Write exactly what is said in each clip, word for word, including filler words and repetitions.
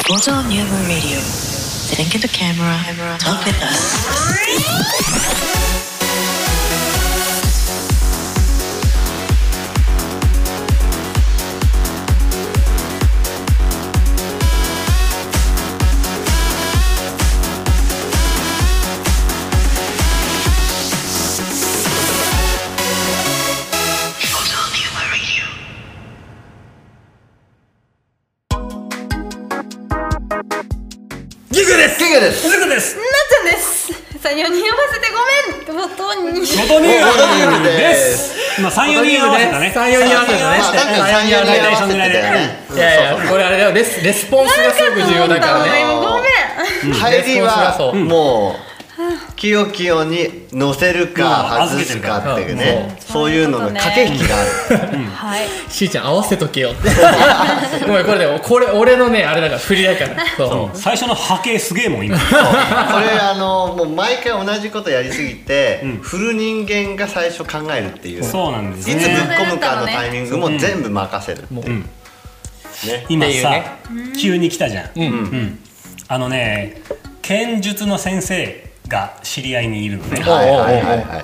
Photon New Moon Radio. Sitting at the camera, talk with us. ギグです。 ギグです。 ギグです。 なっちゃんです。さん、よにん合わせてごめん。ボトンに。 ボトニウムです。まあ三、よにん合わせたね。 三、よにん合わせたね。 確かに三、よにん合わせてたよね。 いやいや、これあれだよ。レスレスポンスがすごく重要だからね。 ごめん。 入りはもうキヨキヨに乗せるか外すかっていうね、そういうのの駆け引きがある。 はい。 しーちゃん合わせとけよって。ごめん、これでもこれ俺のねあれだから振りだから。そう。 最初の波形すげえもん今。 これあのもう毎回同じことやりすぎて、振る人間が最初考えるっていう。 そうなんですね。 いつぶっ込むかのタイミングも全部任せるっていう。ね。 今さ急に来たじゃん。うん。あのね剣術の先生が知り合いにいるのね。 はいはいはいはい。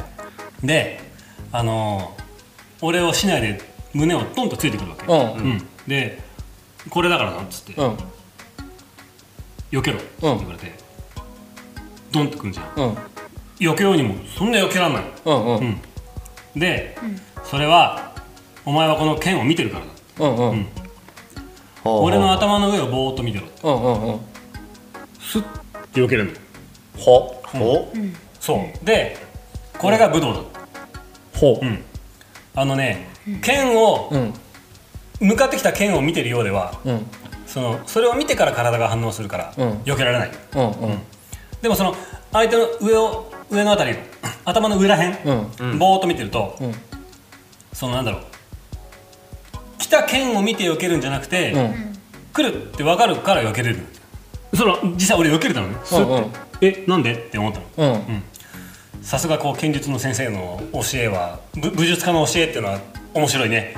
で、あの俺を市内で胸をトンとついてくるわけ。うん。で、これだからなっつって、避けろって言われて、ドンってくんじゃん。避けようにもそんな避けらんない。うん。で、それはお前はこの剣を見てるからだ。うん。俺の頭の上をぼーっと見てろって。スッて避けるの。 ほ。 ほ。 そうでこれが武道だ。 ほう。 あのね剣を向かってきた剣を見てるようではそのそれを見てから体が反応するから避けられない。でもその相手の上を上のあたり頭の上らへんぼーっと見てるとそのなんだろう来た剣を見て避けるんじゃなくて来るって分かるから避けれる。その実際俺避けれたのね。スッてえなんでって思ったの。さすがこう剣術の先生の教えは武術家の教えっていうのは面白いね。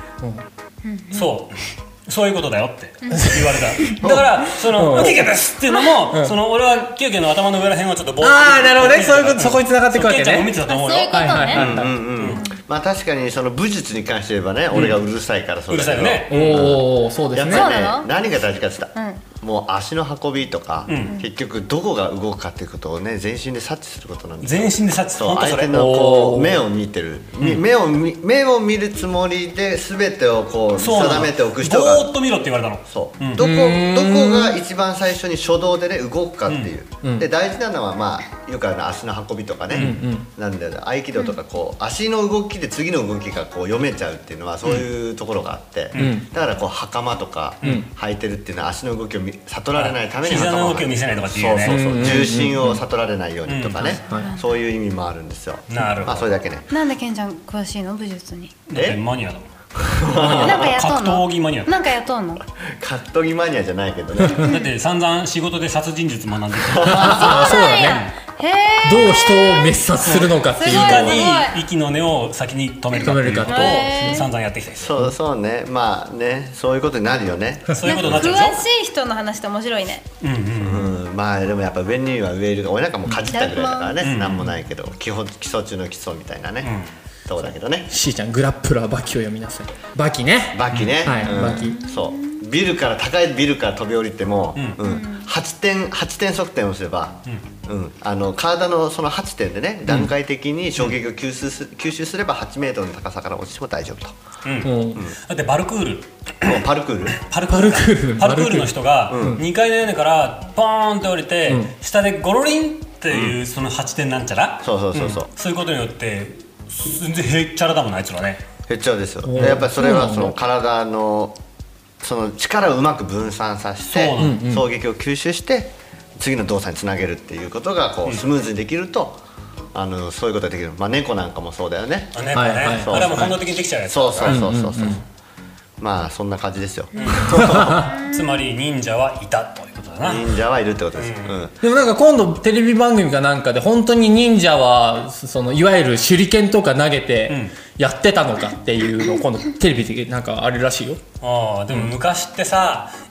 そうそういうことだよって言われた。だからそのギグですっていうのもその俺はキヨキヨの頭の上らへんをちょっとボーッとああなるほどね。そういうことそこに繋がっていくわけね。 ケンちゃんも見てたと思うよ。 そういうことね。 まあ確かにその武術に関して言えばね、俺がうるさいからそうだけど、 うるさいよね。おおそうですね。 やっぱりね何が大事かって言ったら、もう足の運びとか結局どこが動くかっていうことをね全身で察知することなんですよ。 全身で察知する。 相手のこう目を見てる、目を目を見るつもりで全てをこう定めておく人がぼーっと見ろって言われたの。 そうどこどこが一番最初に初動でね動くかっていうで大事なのはまあよくある足の運びとかねなんで合気道とかこう足の動きで次の動きがこう読めちゃうっていうのはそういうところがあってだからこう袴とか履いてるっていうのは足の動きを悟られないために膝の動きを見せないとかっていうね。 そうそうそう重心を悟られないようにとかねそういう意味もあるんですよ。 なるほど。 まあそれだけね。 なんでケンちゃん詳しいの武術に。 だってマニアだもん。 なんかやっとんの。 格闘技マニア。 なんかやっとんの。 格闘技マニアじゃないけどね。 だって散々仕事で殺人術学んでる。 ああそうだね。どう人を滅殺するのかっていういかに息の根を先に止めるかっていうことを散々やってきた。 そうそうねまあねそういうことになるよね。 そういうことになっちゃうでしょ。 詳しい人の話って面白いね。 うんまあでもやっぱ上には上いる俺なんかもうかじったぐらいだからねなんもないけど基本基礎中の基礎みたいなねそうだけどね。 しーちゃんグラップラーバキを読みなさい。バキね。 バキね。 はいバキ。 そうビルから高いビルから飛び降りてもはちてんはちてん側転をすればあの体のそのはちてんでね段階的に衝撃を吸収す吸収すればはちメートルの高さから落ちても大丈夫と。 だってバルクールパルクールパルクールパルクールの人がにかいの屋根からポーンって降りて下でゴロリンっていうそのはちてんなんちゃらそうそうそうそうそういうことによって全然へっちゃらだもんあいつらね。 へっちゃらですよ。やっぱりそれはその体のその力をうまく分散させて衝撃を吸収して次の動作につなげるっていうことがこうスムーズにできるとあのそういうことができる。まあ猫なんかもそうだよね。 猫ねあれはもう本能的にできちゃうやつ。 そうそうそうそうそうまあそんな感じですよ。 つまり忍者はいたということだな。 忍者はいるってことです。 でもなんか今度テレビ番組かなんかで本当に忍者はそのいわゆる手裏剣とか投げてやってたのかっていうのを今度テレビでなんかあるらしいよ。 ああでも昔ってさ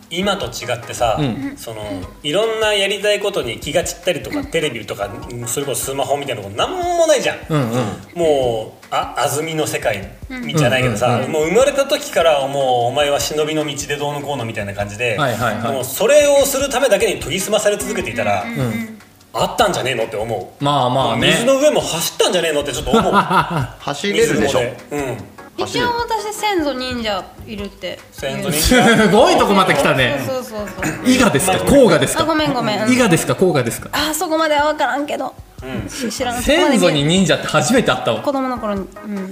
今と違ってさ、うん、そのいろんなやりたいことに気が散ったりとか、テレビとかそれこそスマホみたいなことなんもないじゃん、うんうん、もうあ安住の世界じゃないけどさ、うんうんうん、もう生まれた時からもうお前は忍びの道でどうのこうのみたいな感じで、はいはいはい、もうそれをするためだけに研ぎ澄まされ続けていたら、うんうん、あったんじゃねえのって思う。まあまあね、水の上も走ったんじゃねえのってちょっと思う走れるでしょ、 うん、一応私先祖忍者いるって先祖忍者すごいとこまで来たね。 そうそうそう。 伊賀ですか甲賀ですか。 あごめんごめん。 伊賀ですか甲賀ですか。 あそこまでは分からんけど、うん、知らん。 先祖に忍者って初めて会ったわ。 子供の頃に、うん、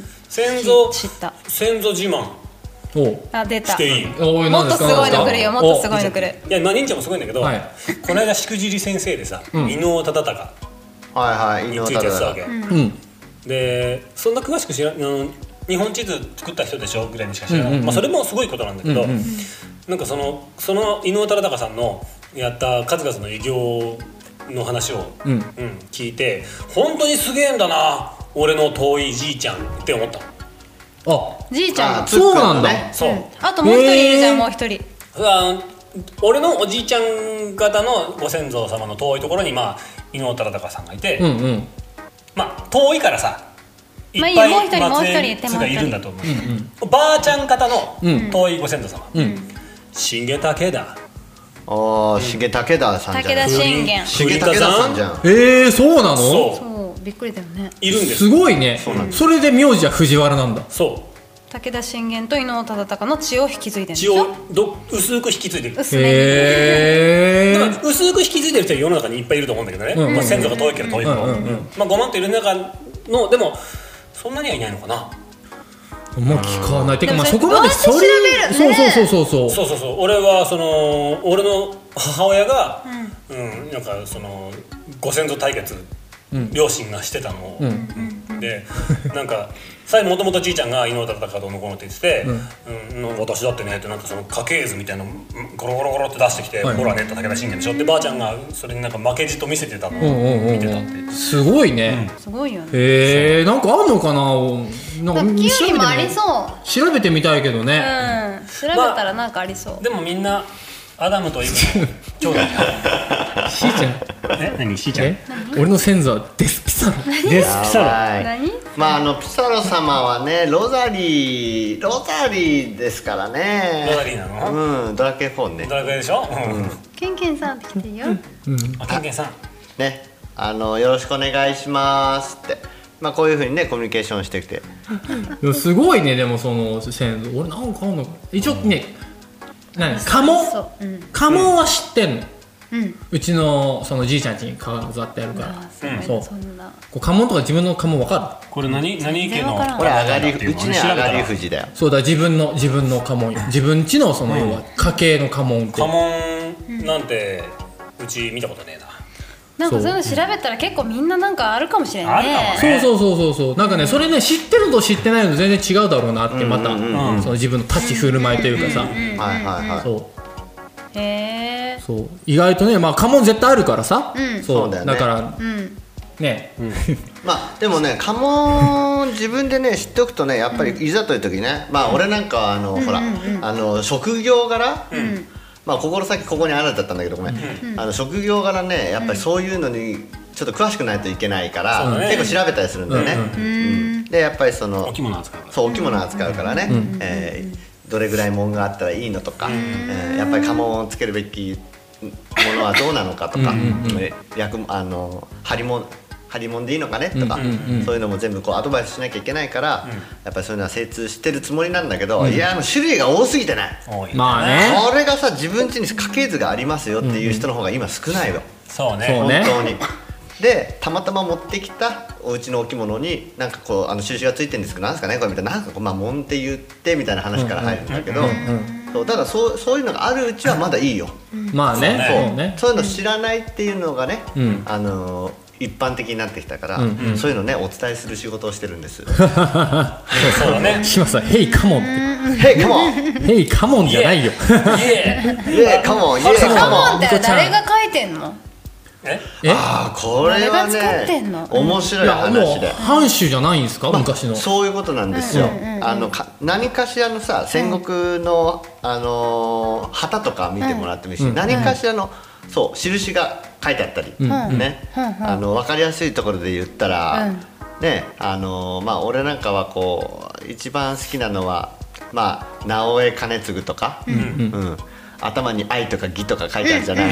先祖知った先祖自慢おあ出たしていい。 もっとすごいのくるよ。もっとすごいのくる。 いやまあ忍者もすごいんだけど、はい、この間しくじり先生でさ、うん、伊能忠敬はいはい伊能忠敬わけ、うん、でそんな詳しく知らん日本地図作った人でしょぐらいにしか知らない、うんうんうん、まあ、それもすごいことなんだけど、うんうん、なんかそのその伊能忠敬さんのやった数々の偉業の話を、うんうん、聞いて本当にすげえんだな俺の遠いじいちゃんって思った。 あじいちゃんそうなんだ、 ね、そう、うん、 あともう一人いるじゃん。もう一人あ俺のおじいちゃん方のご先祖様の遠いところに、まあ、伊能忠敬さんがいて、うんうん、まあ遠いからさいっぱい末裔がいるんだと思う、うんうん、ばあちゃん方の遠いご先祖様、うん、重武田ああ重武田さんじゃん。 武田信玄重武田さんじゃん。 えー、そうなの。 そうそうびっくりだよね。 いるんです。 すごいね。 そ, それで名字は藤原なんだ。 そう武田信玄と伊能忠敬の血を引き継いでるんでしょ。 血をど薄く引き継いでる。 薄めにへー。 だから薄く引き継いでる人は世の中にいっぱいいると思うんだけどね、うんうんうん、まあ、先祖が遠いけど遠いけど、うんうんうん、まあ、ごまんといる中のでもそんなにはいないのかな。 もう聞かない。てかまあそこまでそれ、ね、そうそうそうそうそうそうそうそう。俺はその俺の母親が、うん、うん、なんかそのご先祖対決、うん、両親がしてたのを、うん、でなんかもともとじいちゃんが伊能忠敬どうのこうのって言ってて、うんうん、私だってねってなんかその家系図みたいなのゴロゴロゴロって出してきて、はい、ほらねって武田信玄でしょってばあちゃんがそれになんか負けじと見せてたのを見てたって。 すごいね、 うん、すごいよね。 へえ、なんかあんのかな。 なんかキウイもありそう。 調べてみたいけどね、 うん、調べたらなんかありそう、まあ、 でもみんなアダムとイブの兄弟しーちゃんえ何しーちゃん俺の先祖はデスピサロ。 デスピサロ何。 まああのピサロ様はねロザリーロザリーですからね。 ロザリーなの。 うんドラクエフォーね。 ドラクエでしょ、うん、 ケンケンさんって来てるよ、 うん、あケンケンさんね、あのよろしくお願いしますって、まあこういう風にねコミュニケーションしてきてすごいね。でもその先祖俺なんかあんの一応ね、何家紋、うん、家紋は知ってんの、うん、うちのそのじいちゃん家に飾ってあるから、うん、そうそんなこう家紋とか自分の家紋分かる。 これ何何家のこれ上がりうちに上がり富士だよ。 そうだ自分の自分の家紋自分家のその要は家系の家紋って家紋なんてうち見たことねえな。 なんかそういうの調べたら結構みんななんかあるかもしれないね。 そうそうそうそうそう。なんかねそれね知ってるのと知ってないの全然違うだろうなってまたその自分の立ち振る舞いというかさ。はいはいはい。 そう。 へえ。 そう意外とねまあ家紋絶対あるからさ。 そうだよね。 だからね。 まあでもね家紋自分でね知っておくとねやっぱりいざという時ねまあ俺なんかあのほらあの職業柄。まあ心先ここにあるだったんだけどごめん、うん、あの職業柄ねやっぱりそういうのにちょっと詳しくないといけないから、うん、結構調べたりするんだよね、うんうん、でやっぱりそのお着物扱うからそうお着物扱うからね、うんえー、どれぐらい紋があったらいいのとか、うんえー、やっぱり家紋をつけるべきものはどうなのかとか、うんうんうん、役あの張り紋張り紋でいいのかねとか、うんうんうん、そういうのも全部こうアドバイスしなきゃいけないから、うん、やっぱりそういうのは精通してるつもりなんだけど、うん、いやあの種類が多すぎてねまあねこれがさ自分家に家系図がありますよっていう人の方が今少ないわ、うん、 そうね本当にでたまたま持ってきたお家のお着物になんかこうあの印がついてるんですけどなんですかねこれみたいななんかこうまあ紋って言ってみたいな話から入るんだけどそうただそうそういうのがあるうちはまだいいよ、 うん、まあねそうねそういうの知らないっていうのがね、うん、あのー一般的になってきたから、うんうん、そういうのねお伝えする仕事をしてるんですそうだね島さんヘイカモンってヘイカモンヘイカモンじゃないよイエーカモンイエーカモンって誰が書いてんのえああこれはね面白い話で、 藩主じゃないんですか、 まあ、 昔の。 そういうことなんですよ、あのか何かしらのさ戦国の、うん、あの旗とか見てもらってもいいし、うん、何かしらの、うん、そう印が書いてあったり、うん、ね、うん、あの分かりやすいところで言ったら、うん、ね、あのまあ俺なんかはこう一番好きなのはまあ直江兼続とか、うんうん、頭に愛とか義とか書いてあるじゃない。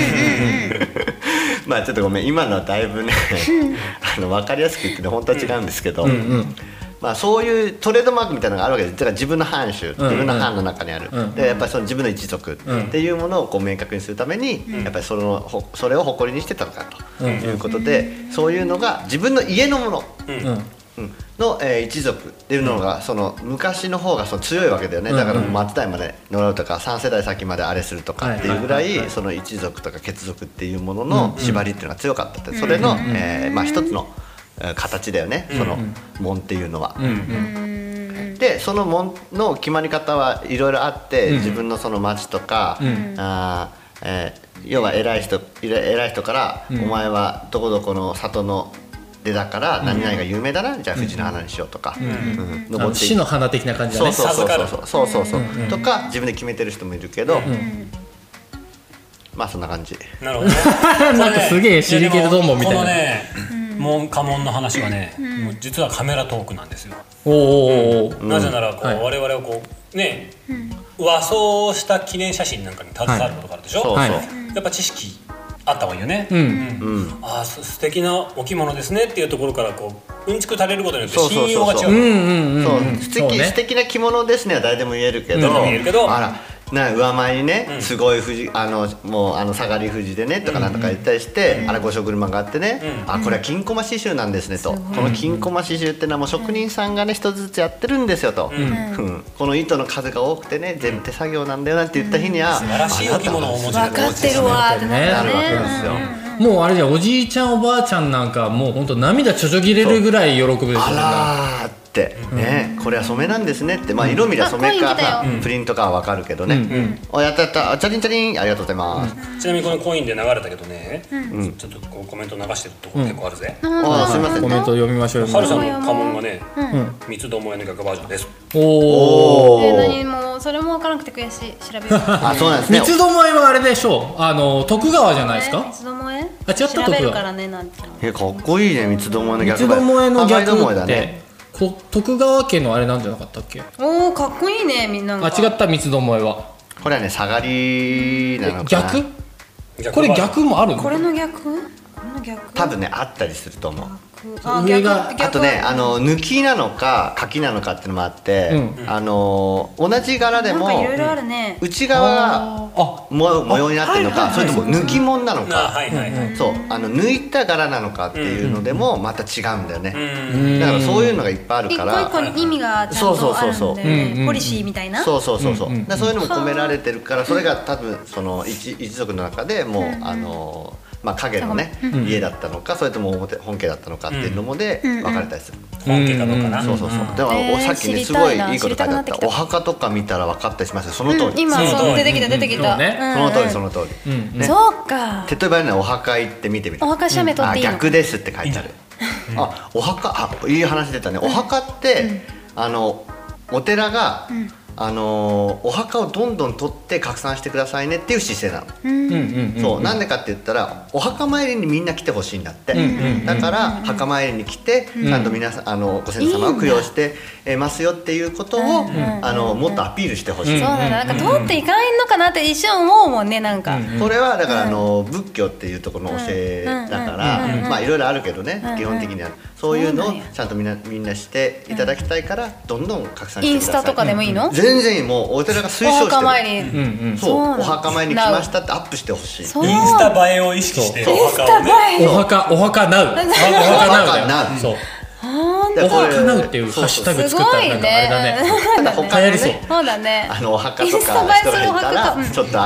まあちょっとごめん今のはだいぶねあの分かりやすく言ってね本当は違うんですけど、うんうん、まあそういうトレードマークみたいなのがあるわけです。だから自分の藩主、自分の藩の中にある、うんうん、でやっぱりその自分の一族っていうものをこう明確にするために、うん、やっぱりそのそれを誇りにしてたのかということで、うん、そういうのが自分の家のもの、うんの、えー、一族っていうのがその昔の方がその強いわけだよね。だから末代まで呪うとかさん世代先まであれするとかっていうぐらいその一族とか血族っていうものの縛りっていうのが強かったって、それの、えーまあ、一つの形だよね、その門っていうのは。でその門の決まり方はいろいろあって、自分のその町とか、あ、えー、要は偉い人偉い人から「お前はどこどこの里のでだから何々が有名だな、じゃあ富士の花にしようとか、 登って死の花的な感じだね。 そうそうそうそうそうそうとか自分で決めてる人もいるけど、まあそんな感じ。 なるほど。 なんかすげえシリケルドンボみたいな。 このね門家紋の話はね、もう実はカメラトークなんですよ。 おお。 なぜならこう我々はこうね和装した記念写真なんかに携わることがあるでしょ。そうそう。やっぱ知識あった方がいいよね。うんうん、ああ素敵なお着物ですねっていうところからこううんちく垂れることによって信用が違う。 素敵素敵な着物ですねは誰でも言えるけど、 言えるけど、 あらな上前にね、うん、すごい富士あのもうあの下がり富士でねとかなんとか言ったりして、うん、あれ御所車があってね、うん、あこれは金駒刺繍なんですねと、うん、この金駒刺繍ってのはもう職人さんがね一つずつやってるんですよと、うんうん、この糸の数が多くてね全部手作業なんだよなんて言った日には、 素晴らしいお着物をお持ち分かってるわってなるわけですよ。 もうあれじゃおじいちゃんおばあちゃんなんかもう本当涙ちょちょぎれるぐらい喜ぶでしょうね。 あらーってね、うん、これは染めなんですねって、まあ色味は染めかさ、うん、プリントかは分かるけどね、うん、おやったやったチャリンチャリンありがとうございます、 うん、ちなみにこのコインで流れたけどね、うん、ちょっとこうコメント流してるところ結構あるぜ、 うん、あすみません、 コメント読みましょう。 はるさんの家紋がね、三つどもえの逆バージョンです。 おお、 えー、何もそれも分からなくて悔しい。調べるあそうなんですね。 三つどもえはあれでしょう、あの徳川じゃないですか。 三つどもえあ違った徳川。 調べるからねなんてえかっこいいね三つどもえの逆三つどもえの逆だね。 徳川家のあれなんじゃなかったっけ。 おおかっこいいねみんなが。 あ違った三つどもえはこれはね下がりなのかな。 逆これ逆もあるの。 これの逆これの逆多分ねあったりすると思う。 あ上があとねあの抜きなのか柿なのかっていうのもあって、うん、あの同じ柄でも内側が模様になってるのか、それとも抜き物なのか、そうあの抜いた柄なのかっていうのでもまた違うんだよね。だからそういうのがいっぱいあるから一個一個に意味がちゃんとあるんでポリシーみたいな。 そうそうそうそう。だそういうのも込められてるから、それが多分その一一族の中でもうあのまあ影のね家だったのか、それとも表本家だったのかっていうのもで分かれたりする。 本家かどうかな。 そうそうそう。だからさっきねすごいいいこと書いてあった。お墓とか見たら分かったりしますよ。その通り。 今そう出てきた出てきた。 その通りその通り。 そうか。 例えばねお墓行って見てみて。 お墓写メ撮っていいの。 あ逆ですって書いてある。あお墓あいい話出たね。お墓ってあのお寺があのお墓をどんどん取って拡散してくださいねっていう姿勢なの。そうなんでかって言ったらお墓参りにみんな来てほしいんだって。だから墓参りに来てちゃんと皆さんあのご先祖様を供養してますよっていうことをあのもっとアピールしてほしい。 そうだね。なんか通っていかないのかなって一瞬思うもんねなんか。 これはだからあの仏教っていうところの教えだからまあいろいろあるけどね基本的にはそういうのをちゃんとみんなみんなしていただきたいからどんどん拡散してください。 インスタとかでもいいの？ 全然いい。もうお寺が推奨してる。お墓参り。 そうお墓参りに来ましたってアップしてほしい。インスタ映えを意識してお墓をね。お墓お墓ナウ。お墓ナウ。そう。お墓ナウっていうハッシュタグ作ったらなんかあれだね。 ただ他にね。 そうだね。 あのお墓とか人がいたらちょっとあれ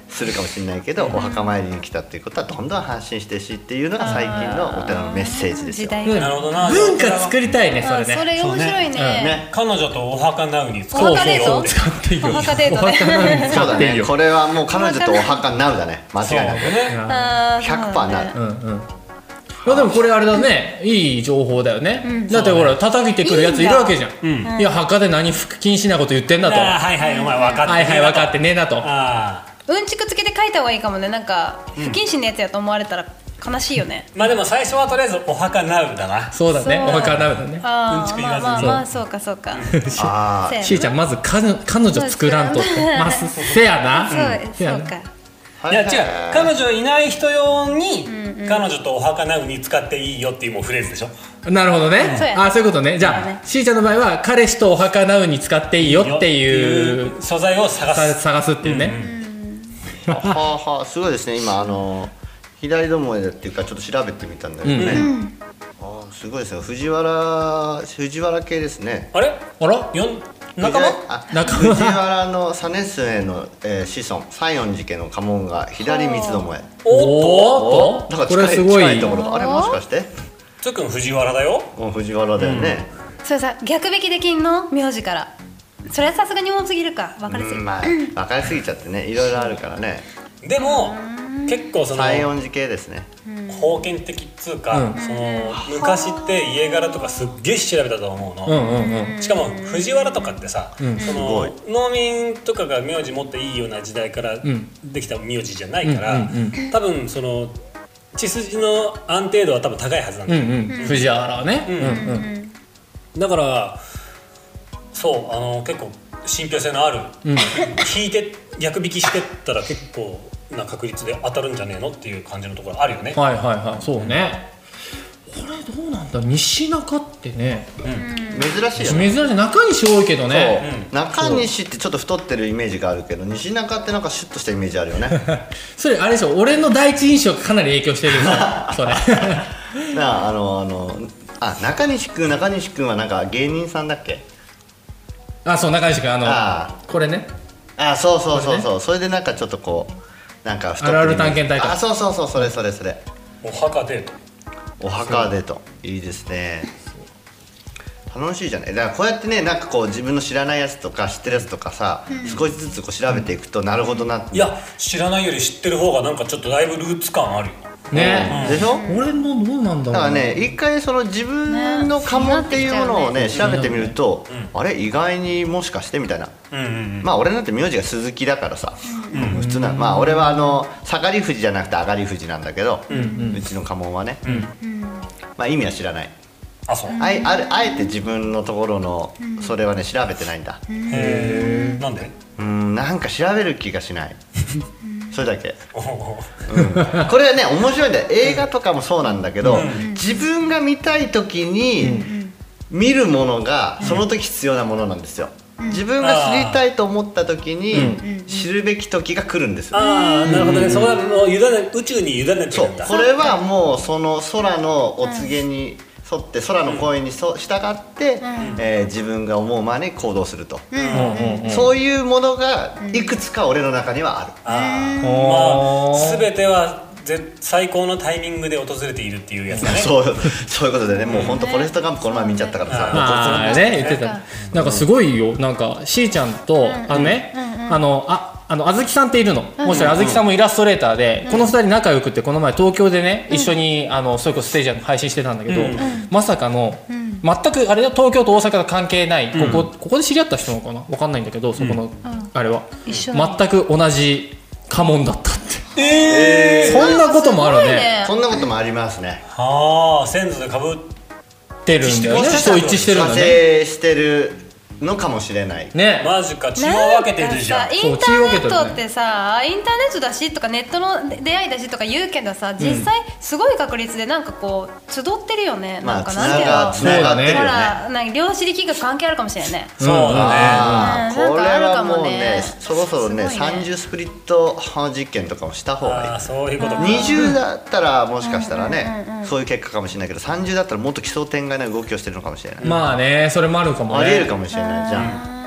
するかもしれないけど、お墓参りに来たっていうことはどんどん発信してほしいっていうのが最近のお寺のメッセージですよ。 時代なるほどな。 文化作りたいねそれね。 それ面白いね。 ね、 彼女とお墓ナウに使おう墓デート使っていいよ。 お墓デートねお墓なのにそうだね。 使っていいよ。 これはもう彼女とお墓ナウだね。間違いなくね。 あーひゃくパーセントなる。 うんうん。まあでもこれあれだね、いい情報だよね。だってほら叩いてくるやついるわけじゃん。いや墓で何不謹慎なこと言ってんだと。 あーはいはいお前分かってはいはい分かってねえなと。 あうんちくつけて書いた方がいいかもね。なんか不謹慎なやつやと思われたら悲しいよね。 ーまあでも最初はとりあえずお墓ナウだな。 そうだね。 そうお墓なうだね。 あうんちくーまあ言わずにまあまあそうかそうか。 あせやなしーちゃんまず彼女彼女作らんとって。まあせやな。 そうせやなそうか。 あ。 いや違う、彼女いない人用に彼女とお墓ナウに使っていいよっていうもうフレーズでしょ。 なるほどね。 そうやねあそういうことね。じそうやねゃあしーちゃんの場合は彼氏とお墓なうに使っていいよっていう素材を探さす。 探すっていうね。 はあはあ、すごいですね。今あの左どもえっていうかちょっと調べてみたんだけどね。ああ、すごいですね。藤原藤原系ですね。 あれあらよん仲間あ仲間藤原の実末の、えー、子孫西園寺家の家紋が左三つどもえ。 おーっとだからこれ近いすごい近いところがあれもしかして？ つっくん藤原だよ。 もう藤原だよね。 それさ逆引きできんの名字から。それはさすがに多すぎるか。分かりすぎうん、まあ分かりすぎちゃってね、いろいろあるからね。 でも結構その西園寺系ですね。 封建的っつうか、 うんその昔って家柄とかすっげえ調べたと思うの、 うんうんうん。 しかも藤原とかってさ、 んその農民とかが名字持っていいような時代からんできた名字じゃないから、 うんうん多分その血筋の安定度は多分高いはずなんだよ、 うんうん。藤原はね。うんうん。 だからそうあの結構信憑性のある、引いて逆引きしてったら結構な確率で当たるんじゃねえのっていう感じのところあるよね。 はいはいはい。そうね。これどうなんだ。西中ってね。 珍しいよね。 珍しい中西多いけどね。 そう中西ってちょっと太ってるイメージがあるけど、西中ってなんかシュッとしたイメージあるよね。 それあれでしょ。俺の第一印象がかなり影響してるよ。それ。 なああのあのあ中西くん中西くんはなんか芸人さんだっけ？ あそう中西君あのあこれね。 あそうそうそうそう、それでなんかちょっとこうなんか太ってあるあるイメージ探検隊かあそうそうそうそれそれそれお墓デート。 お墓デートいいですね。楽しいじゃない。だからこうやってねなんかこう自分の知らないやつとか知ってるやつとかさ、少しずつこう調べていくとなるほどなって、 いや知らないより知ってる方がなんかちょっとだいぶルーツ感あるよ。 ね。 でしょ？ 俺のどうなんだろう。 だからね一回その自分の家紋っていうものをね調べてみると、あれ意外にもしかしてみたいな。 うんうんうん。ままあ俺なんて名字が鈴木だからさ、普通なまあ俺はあの下がり富士じゃなくて上がり富士なんだけど、うちの家紋はね、まあ意味は知らない。 あそう。 あいあるあえて自分のところのそれはね調べてないんだ。 へえ。なんで？ うんなんか調べる気がしない。それだけ。 おお。 これはね面白いんだよ。映画とかもそうなんだけど、自分が見たい時に見るものがその時必要なものなんですよ。自分が知りたいと思った時に知るべき時が来るんですよ。 ああなるほどね。そこはもう委ね宇宙に委ねてそうるんだ。 これはもうその空のお告げに沿って空の声にそ従って、えー自分が思うままに行動すると、そういうものがいくつか俺の中にはある。 ああまあ全てはぜ最高のタイミングで訪れているっていうやつだね。 そうそういうことでね、もう本当フォレストガンプこの前見ちゃったからさ、 ああね言ってた。なんかすごいよ。なんかしーちゃんとあのねあのああのあずきさんっているの。もしあずきさんもイラストレーターでこのふたり仲良くってこの前東京でね一緒にあのそれこそステージで配信してたんだけど、まさかの全くあれだ東京と大阪と関係ないここここで知り合った人なのかなわかんないんだけどそこのあれは全く同じ家紋だったって。 ええ。 そんなこともあるね。 そんなこともありますね。 はあ先祖でかぶっってるんだよね。 一致してそう一致してるん派だね。 生してるのかもしれない。 ね。 マジか血を分けてるじゃん。 なんかさインターネットってさインターネットだしとかネットの出会いだしとか言うけどさ実際すごい確率でなんかこう集ってるよね。 まあなんかつながなんていうのつながってるよほね。 らなんか量子力学関係あるかもしれないね。 そうだね。 あーうんこれなんかあるかはもうもねねそろそろねすごいねさんじゅうスプリット実験とかもした方ああがそういうことか。 いい。にじゅうだったらもしかしたらねそういう結果かもしれないけど、さんじゅうだったらもっと奇想天外な動きをしてるのかもしれない。 まあねそれもあるかもね。 ありえるかもしれないじゃん。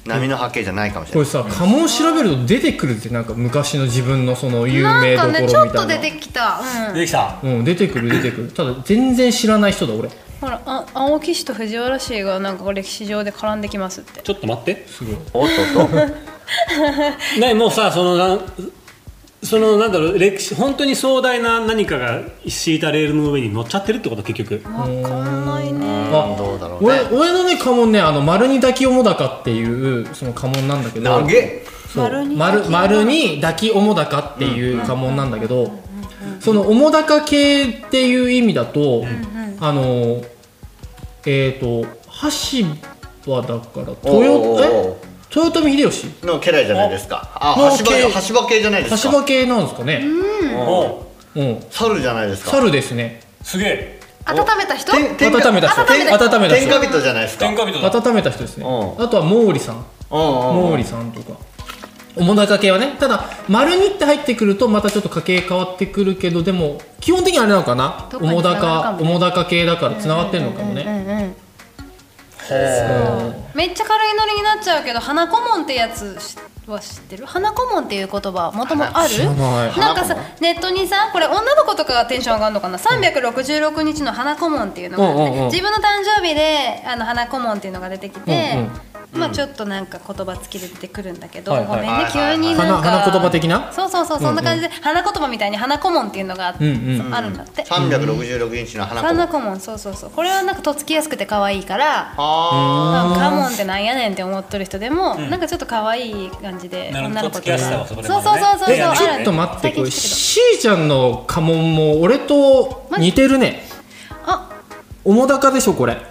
波の波形じゃないかもしれない。 これさ、家紋調べると出てくるって、なんか昔の自分のその有名どころみたいな。 なんかね、ちょっと出てきた。うん、 出てきた。 うん、出てくる出てくる。ただ全然知らない人だ俺。 ほら、あ、青木氏と藤原氏がなんか歴史上で絡んできますって。 ちょっと待って。 すごい。 おっとっと。 ね、もうさ、そのなそのなんだろう、歴史本当に壮大な何かが敷いたレールの上に乗っちゃってるってこと、結局。 わかんないね。 あ、 どうだろうね。 俺俺のね家紋ね、あの丸に抱き面高っていうその家紋なんだけど。 投げ。 そう丸に丸丸に抱き面高っていう家紋なんだけど、その面高系っていう意味だと、あのえっと羽柴だから豊え豊臣秀吉の家来じゃないですか。あ、 の羽柴系羽柴系じゃないですか。 羽柴系なんですかね。 おうん、 猿じゃないですか。 猿ですね。 すげえ。 温めた人？ 天天温めた人温めた人温めた人天下人じゃないですか。 天下人だ。 温めた人ですね。 うんあとは毛利さん毛利さんとか面高系はね。ただ丸にって入ってくるとまたちょっと家系変わってくるけど、でも基本的にあれなのかな、 どっかに面繋がるか高もね面高系だからつながってるのかもね。 うんうんうんへめっちゃ軽いノリになっちゃうけど、花顧問ってやつは知ってる？花顧問っていう言葉もともある？ 知らないなんかさ、ネットにさ、これ女の子とかがテンション上がるのかな、さんびゃくろくじゅうろくにちの花顧問っていうのがあって、 うんうんうん自分の誕生日であの花顧問っていうのが出てきて、 うんうんまあちょっとなんか言葉付きで出てくるんだけど、 はいはいごめんね、 はいはい急になんか花花言葉的なそうそうそう、そんな感じで、花言葉みたいに花顧問っていうのがあ,、 うんうんあるんだって。 さんびゃくろくじゅうろくにちの花子。 花顧問、そうそうそう、これはなんかとっつきやすくて可愛いから、 あカモンってなんやねんって思っとる人でも、なんかちょっと可愛い感じでなるほど女の子ととっつきやすさはそこでもそうあるねそうそうそうそう、 いやいやちょっあると待って、これ最近来たしーちゃんの家紋も俺と似てるね。 けど、あ、 面高でしょこれ。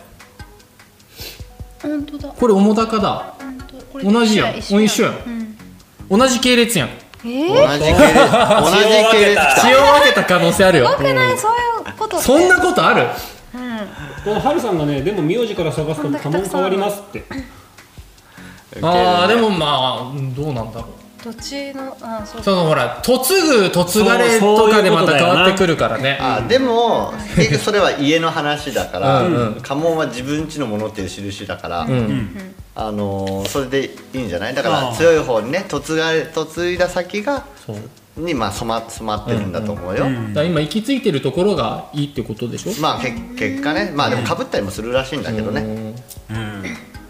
本当だ、 これ面高だ。 本当これ同じやん一緒一緒やんうん、 同じ系列やん。 えー、 ー同じ系列同じ系列か。 血を分けた可能性あるよ。 よくない、そういうことって。 そんなことある？ このハルさんがね、でも名字から探すと家紋変わりますって。 ああ、でもまあどうなんだろう。 どっちの、あ、そうそのほら嫁ぐ嫁がれとかでまた変わってくるからね。 あでも結局それは家の話だからうんうん家紋は自分家のものっていう印だから、 うんあのーそれでいいんじゃない。だからあー強い方にね嫁がれ嫁いだ先がそう。 にまあ染ま染まってるんだと思うよ、 うんだから今行き着いてるところがいいってことでしょ。 まあけ結果ね、まあでも被ったりもするらしいんだけどね、 うん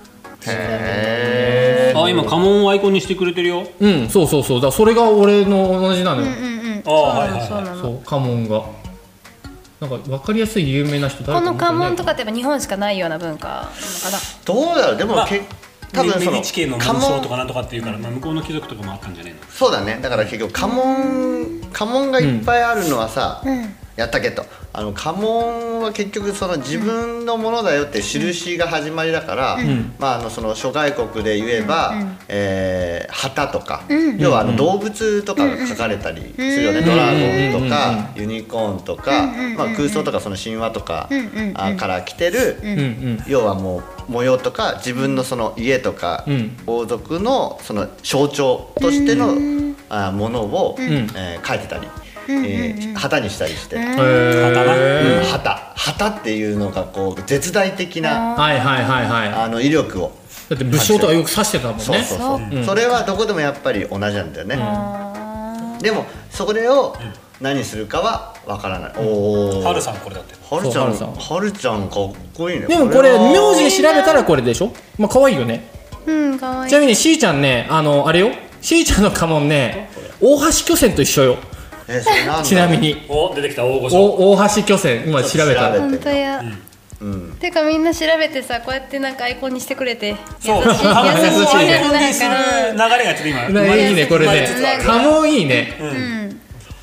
へえ。 あ、今家紋をアイコンにしてくれてるよ。 うん、そうそうそう。だからそれが俺の同じなのよ。 うんうん、 あーはいはいはいそうなの、 そう家紋が。なんか分かりやすい有名な人誰このか見てない家紋とかってやっぱ日本しかないような文化なのかな。 どうだろう。でも、 まあけ多分そのメディチ家の家紋章とか紋なんとかっていうから、まあ向こうの貴族とかもあったんじゃねえの。 そうだね。だから結局家紋家紋がいっぱいあるのはさ、 うんやったけどあの家紋は結局その自分のものだよって印が始まりだから、まあ、あのその諸外国で言えば、 うんえー旗とか、 うん要はあの動物とかが描かれたりするよね、ドラゴンとか、 うユニコーンとか、まあ、空想とかその神話とか、あから来てる、 うんうん要はもう模様とか自分のその家とか、 うん王族のその象徴としての、あものを、 んえー描いてたり、えー旗にしたりして。 へうんー旗旗っていうのがこう絶大的なはいはいはいはい。 あの威力を、 だって武将とかよく指してたもんね。 そうそうそう、 うんそれはどこでもやっぱり同じなんだよね、 あでもそれを何するかはわからない。おお、 ハルさんこれだって。 はるちゃんそうはるちゃんかっこいいね。 でもこれは名字で調べたらこれでしょ。まあ可愛いよね。 ーうん、かわいい。 ちなみにしーちゃんね、あのあれよ、しーちゃんの家紋ね、大橋巨泉と一緒よ。 えそれなんだちなみにお、出てきた大御所。 お大橋巨泉今調べたら。 調べ本当や、 うん、 てかみんな調べてさ、こうやってなんかアイコンにしてくれて優しいそう、 優しいハル優しいさんねアイコンにする流れがちょっと今。 な、いいねこれね生まつつある。 家紋いいね。 うん。 うん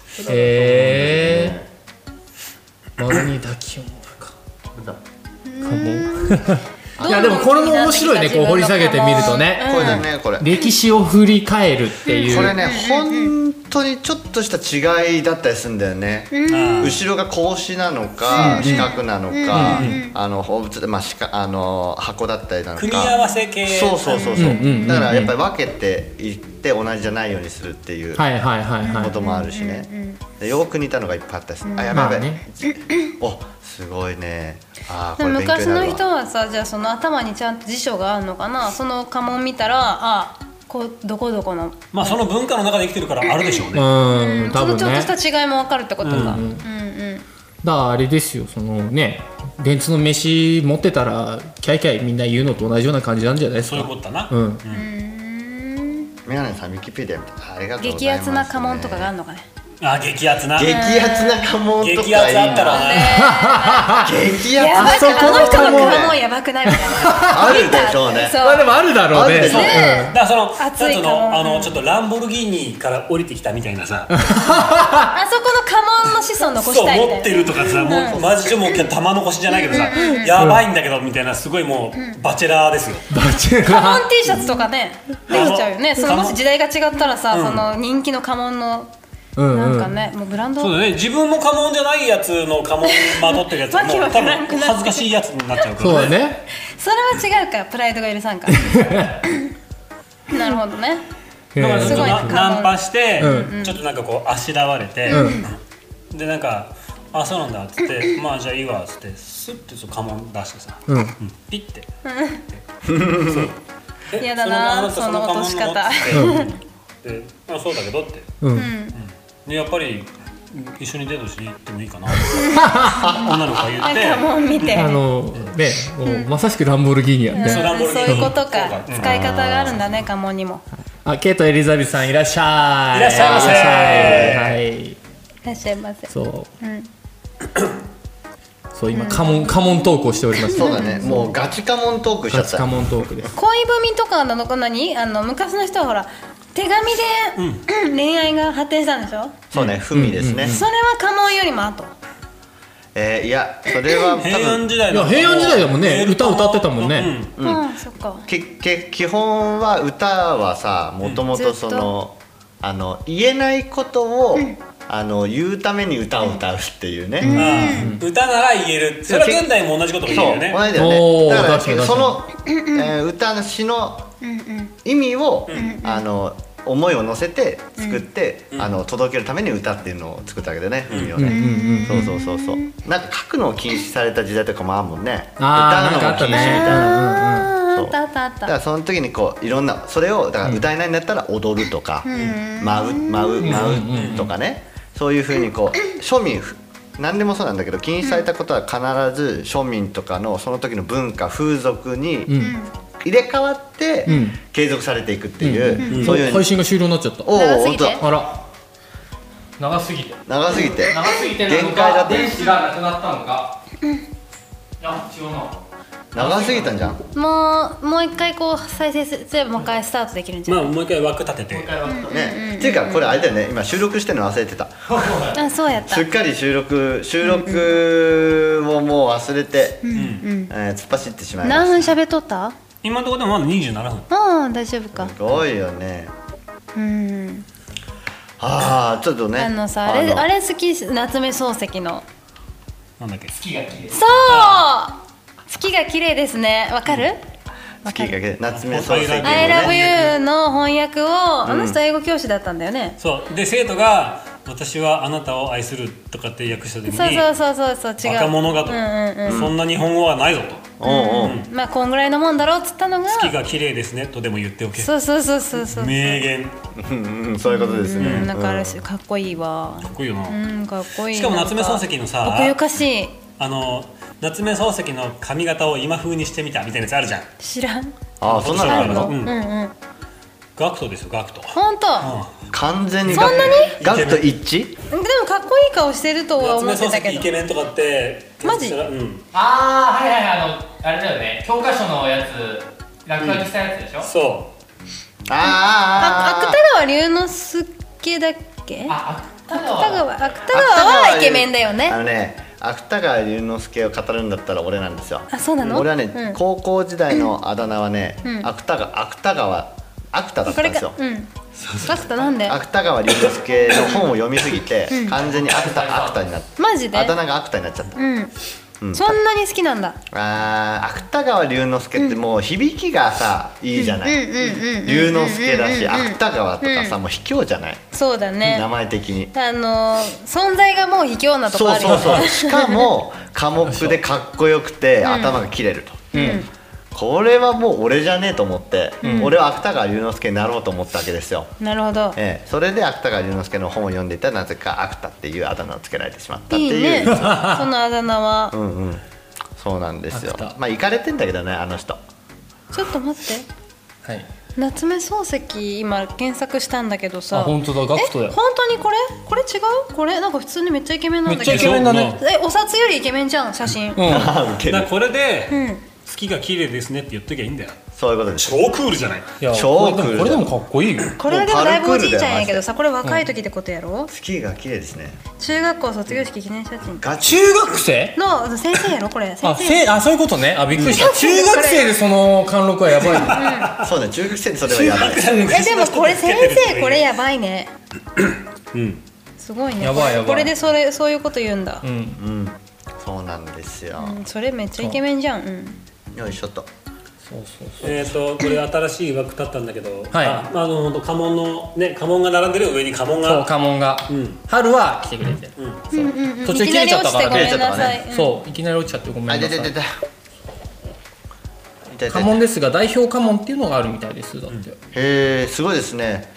へえ。丸に抱きもだか。家紋。いやでもこれも面白いね、こう掘り下げてみるとね。 これだねこれ、 歴史を振り返るっていう。 これね本当にちょっとした違いだったりするんだよね、後ろが格子なのか四角なのか、あの放物、まあ、しかあの箱だったりなのか組み合わせ系、 そうそうそうそう、だからやっぱり分けていって同じじゃないようにするっていうこともあるしね、よく似たのがいっぱいあったりする、あやばいやばい、おすごいね、あこれ勉強になるわ。 昔の人はさ、じゃあその頭にちゃんと辞書があるのかな、その家紋見たら、あこうどこどこの、 まあその文化の中で生きてるからあるでしょうね。 うん、多分ね。 そのちょっとした違いも分かるってことか。うんうん。 だからあれですよ、そのね、電通の飯持ってたらキャイキャイみんな言うのと同じような感じなんじゃないですか。 そういうことだな。 うん。 メガネさん、ウィキペディアみたいな、ありがとうございます。 激アツな家紋とかがあるのかね。 あ、激アツな。 激アツな家紋とか。 激アツあったらね。 激アツ。 やばい、あの人の家紋やばくないみたいな。 あるでしょうね。 まあでもあるだろうね。 そう。だからその熱い家のあ紋。 のちょっとランボルギーニから降りてきたみたいなさ。 あそこの家紋の子孫残したいみたいな。 そう持ってるとかさ、もうマジでもう玉残しじゃないけどさ、やばいんだけどみたいな、すごいもうバチェラーですよ。 バチェ家ラー。 紋 T シャツとかね、できちゃうよね。そのもし時代が違ったらさ、その人気の家紋のなんかね、もうブランド。 そうだね、自分の家紋じゃないやつの家紋まとってるやつはもう多分恥ずかしいやつになっちゃうからね。 そうだね。 それは違うか、プライドが許さんか。なるほどね。 だからちょっとすごいナンパしてちょっとなんかこうあしらわれて、でなんかあそうなんだっつってまあじゃあいいわっつってスッてその家紋出してさ、ピッて。 嫌だなその落とし方。 であそうだけどって。でやっぱり一緒にデートしに行ってもいいかな女の子が言って、 家紋見て、 あのね、もうまさしくランボルギーニやね。 そういうことか、使い方があるんだね、家紋にも。 あ、ケイトエリザベスさんいらっしゃい。 いらっしゃいませ。 はい。 いらっしゃいませ。 そう。そう今家紋家紋トークをしております。 そうだね、もうガチ家紋トークしちゃった。 ガチ家紋トークです。 恋文とかの何あの昔の人はほら手紙で恋愛が発展したんでしょ。 そうね、文ですね。 それは家紋よりも後。 えー、いやそれは平安時代いや平安時代だもんね、歌歌ってたもんね。 うん、そっか。 けけ基本は歌はさ、もともとそのあの言えないことをあの言うために歌を歌うっていうね。 歌なら言える。それは現代も同じことが言えるよね。 そう、同じだよね。だからその歌の詩の意味をあの思いを乗せて作って、うん、あの届けるために歌っていうのを作ったわけでね、文をね。そうそうそうそう。なんか書くのを禁止された時代とかもあるもんね。歌うのも禁止みたいな。 あったあったあった。 だからその時にこういろんなそれをだから歌えないんだったら踊るとか、舞う舞う舞うとかね、そういうふうにこう庶民何でもそうなんだけど禁止されたことは必ず庶民とかのその時の文化風俗に入れ替わって継続されていくっていう、そういう配信が終了になっちゃった。 おお、本当だ。 あら、長すぎて長すぎて長すぎて限界だって。 電子がなくなったのか。あ、違うな。 長すぎたんじゃん。 もうもう一回こう再生すればもう一回スタートできるんじゃない。 まあもう一回枠立てて。 ね、っていうかこれあれだよね。今収録してるの忘れてた。 あ、そうやった。 すっかり収録収録をもう忘れて突っ走ってしまいました。 何分喋っとった？ 今のところでもまだにじゅうななふん。 ああ、大丈夫か。 すごいよね。 うん。 ああ、ちょっとね。 あのさ、あれあれ好き、夏目漱石の。 なんだっけ？月が綺麗。 そう。月が綺麗ですね。わかる？ 月が綺麗。夏目漱石のね。 I love you の翻訳をあの人英語教師だったんだよね。 そうで生徒が私はあなたを愛するとかって訳した時に、 そうそうそうそうそう違う。 若者がと、そんな日本語はないぞと。 まあこんぐらいのもんだろうっつったのが。 月が綺麗ですねとでも言っておけ。 そうそうそうそうそう。 名言。 そういうことですね。 なんかあれかっこいいわ。 かっこいいよな。 うんかっこいい。 しかも夏目漱石のさ、 奥ゆかしい。 あの夏目漱石の髪型を今風にしてみたみたいなやつあるじゃん。 知らん。 ああ、そんなのあるの？ うんうん。 ガクトですよ、ガクト。 本当。 完全にそんなにガクト一致？ でもかっこいい顔してるとは思ってたけど。 夏目漱石イケメンとかってマジ？ うん。 ああ、はいはいはい、あのあれだよね、教科書のやつ落書きしたやつでしょ。 そう。 ああ。 芥川龍之介だっけ？ あ、 芥川芥川はイケメンだよね。 あのね。芥川龍之介を語るんだったら俺なんですよ。 あ、そうなの？ 俺はね、高校時代のあだ名はね、芥川芥川芥だったんですよ。 芥なんで？ 芥川龍之介の本を読みすぎて、うん、完全に芥芥になって、 マジであだ名が芥になっちゃった、 うんうん、そんなに好きなんだ。 あ芥川龍之介ってもう響きがさ、うん、いいじゃない。龍之介だし芥川とかさ、もう卑怯じゃない。 そうだね、 名前的にあのー、存在がもう卑怯なとこあるよね。 そうそうそうしかも寡黙でかっこよくて頭が切れると、うんうん、これはもう俺じゃねえと思って、うん、俺は芥川龍之介になろうと思ったわけですよ。 なるほど、 ええ、それで芥川龍之介の本を読んでいたらなぜか芥っていうあだ名をつけられてしまったっていう。 いいねそのあだ名は。 うんうん、そうなんですよ。まあイカれてんだけどねあの人。 ちょっと待って、 はい、 夏目漱石今検索したんだけどさ。 あ本当だ、ガクトだよ。 え本当にこれこれ違う？これなんか普通にめっちゃイケメンなんだけど。 めっちゃイケメンだね。 えお札よりイケメンじゃん写真、うん、 だこれで、 うん月が綺麗ですねって言っときゃいいんだよ。 そういうことです。 超クールじゃない。 いや超クール。 これでもかっこいいよ。 これでもだいぶおじいちゃんやけどさ、これ若い時ってことやろ。 月が綺麗ですね。 中学校卒業式記念写真。 中学生の先生やろこれ。 あせあそういうことね。あびっくりした。中学生でその貫禄はやばいね。 そうね、中学生でそれはやばい。 えでもこれ先生これやばいね。うんすごいね。 やばいやばい。 これでそれそういうこと言うんだ。 うんうんそうなんですよ。 それめっちゃイケメンじゃん。 よいしょっと。 そうそうそうえっとこれ新しい枠立ったんだけど、 はい、 ああの本当家紋のね家紋が並んでる上に家紋がそう家紋が、うん、春は来てくれて、うん、そう、うんうんうん、途中切れちゃったからね、 うん、そういきなり落ちちゃってごめんなさい。 あ出て出た家紋ですが代表家紋っていうのがあるみたいですだって、うん、 へえすごいですね。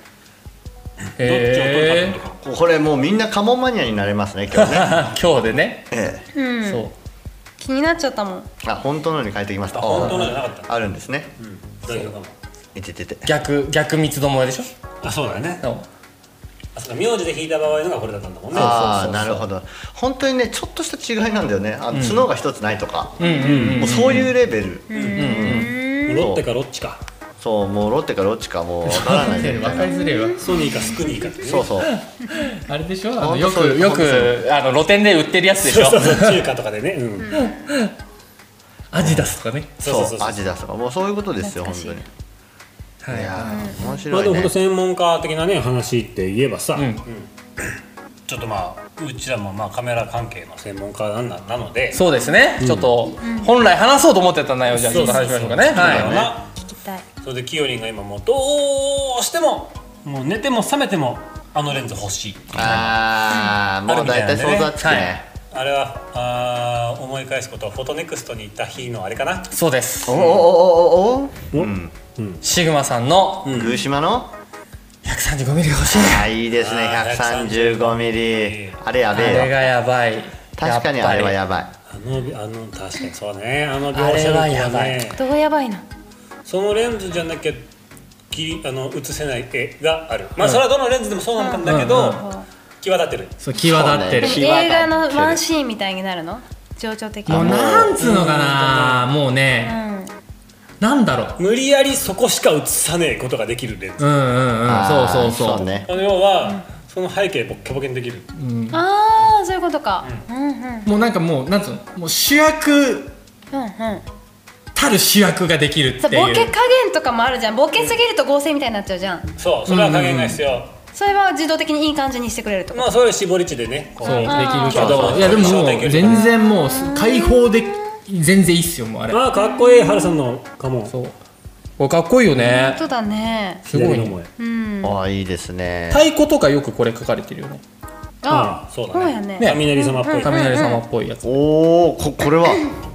へえこれもうみんな家紋マニアになれますね今日ね今日でね、 ええ、 うん、そう気になっちゃったもん。 あ本当のように変えてきました。 本当のじゃなかった。 あるんですね。 うん。代表かも。 いててて。 逆逆三つどもえでしょ。 あそうだよね。あそうか名字で引いた場合のがこれだったんだもんね。 ああなるほど。本当にねちょっとした違いなんだよね。あ角が一つないとか。うんうんもうそういうレベル。うんうん。ロッテかロッチか。 そうもうロッテかロッチかもう分からないで分かりづれえわ。 ソニーかスクニーかって、ね、 そうそうあれでしょあのよくよくあの露店で売ってるやつでしょ。 そうそうそう中華とかでね、うん、 アジダスとかね。 そうそうアジダスとかもうそういうことですよ本当に。はい、いや面白いね。 まあでも本当専門家的なね話って言えばさ、うんうん、ちょっとまあうちらもまあカメラ関係の専門家ななのでそうですね、うん、ちょっと本来話そうと思ってた内容じゃあちょっと話しましょうかね。はい。 それでキヨリンが今もうどうしてももう寝ても覚めてもあのレンズ欲しい。 ああもう大体想像はつくね。 あれはあ思い返すことはフォトネクストに行った日のあれかな。 そうです。 おおおおおおシグマさんのグーシマのひゃくさんじゅうごミリ が欲しい。 あいいですねひゃくさんじゅうごミリ。あれやべえよ。 あれがやばい。 確かにあれはやばい。 あのあの確かにそうねあの描写力はね。 やばい。 どうやばいの。 そのレンズじゃなきゃきあの映せない絵がある。まあそれはどのレンズでもそうなんだけど、うんうんうん、際立ってる。 そう際立ってる。 映画のワンシーンみたいになるの？情緒的に。 もうなんつうのかな、もうね、うん、なんだろう。 無理やりそこしか映さねえことができるレンズ。 うんうんうん。そうそうそう。 そうね。 あの要は、うん、その背景ボッケボケにできる。 うん、ああそういうことか。 うんうんうん、もうなんかもうなんつうのもう主役。うんうん。たる主役ができるっていう。 ボケ加減とかもあるじゃん。ボケすぎると合成みたいになっちゃうじゃん。 そうそれは加減が必要。うんうん、 それは自動的にいい感じにしてくれるとか。 まあそれ絞り値でね。 そうできるけど。いやでももう全然もう開放で全然いいっすよもうあれ。 ああかっこいいハルさんのかも。 そう。これかっこいいよね。 本当だね。 すごいね。 うん。ああいいですね。 太鼓とかよくこれ書かれてるよね。 ああそうだね。雷様っぽい。 雷様っぽいやつ。 おおここれは。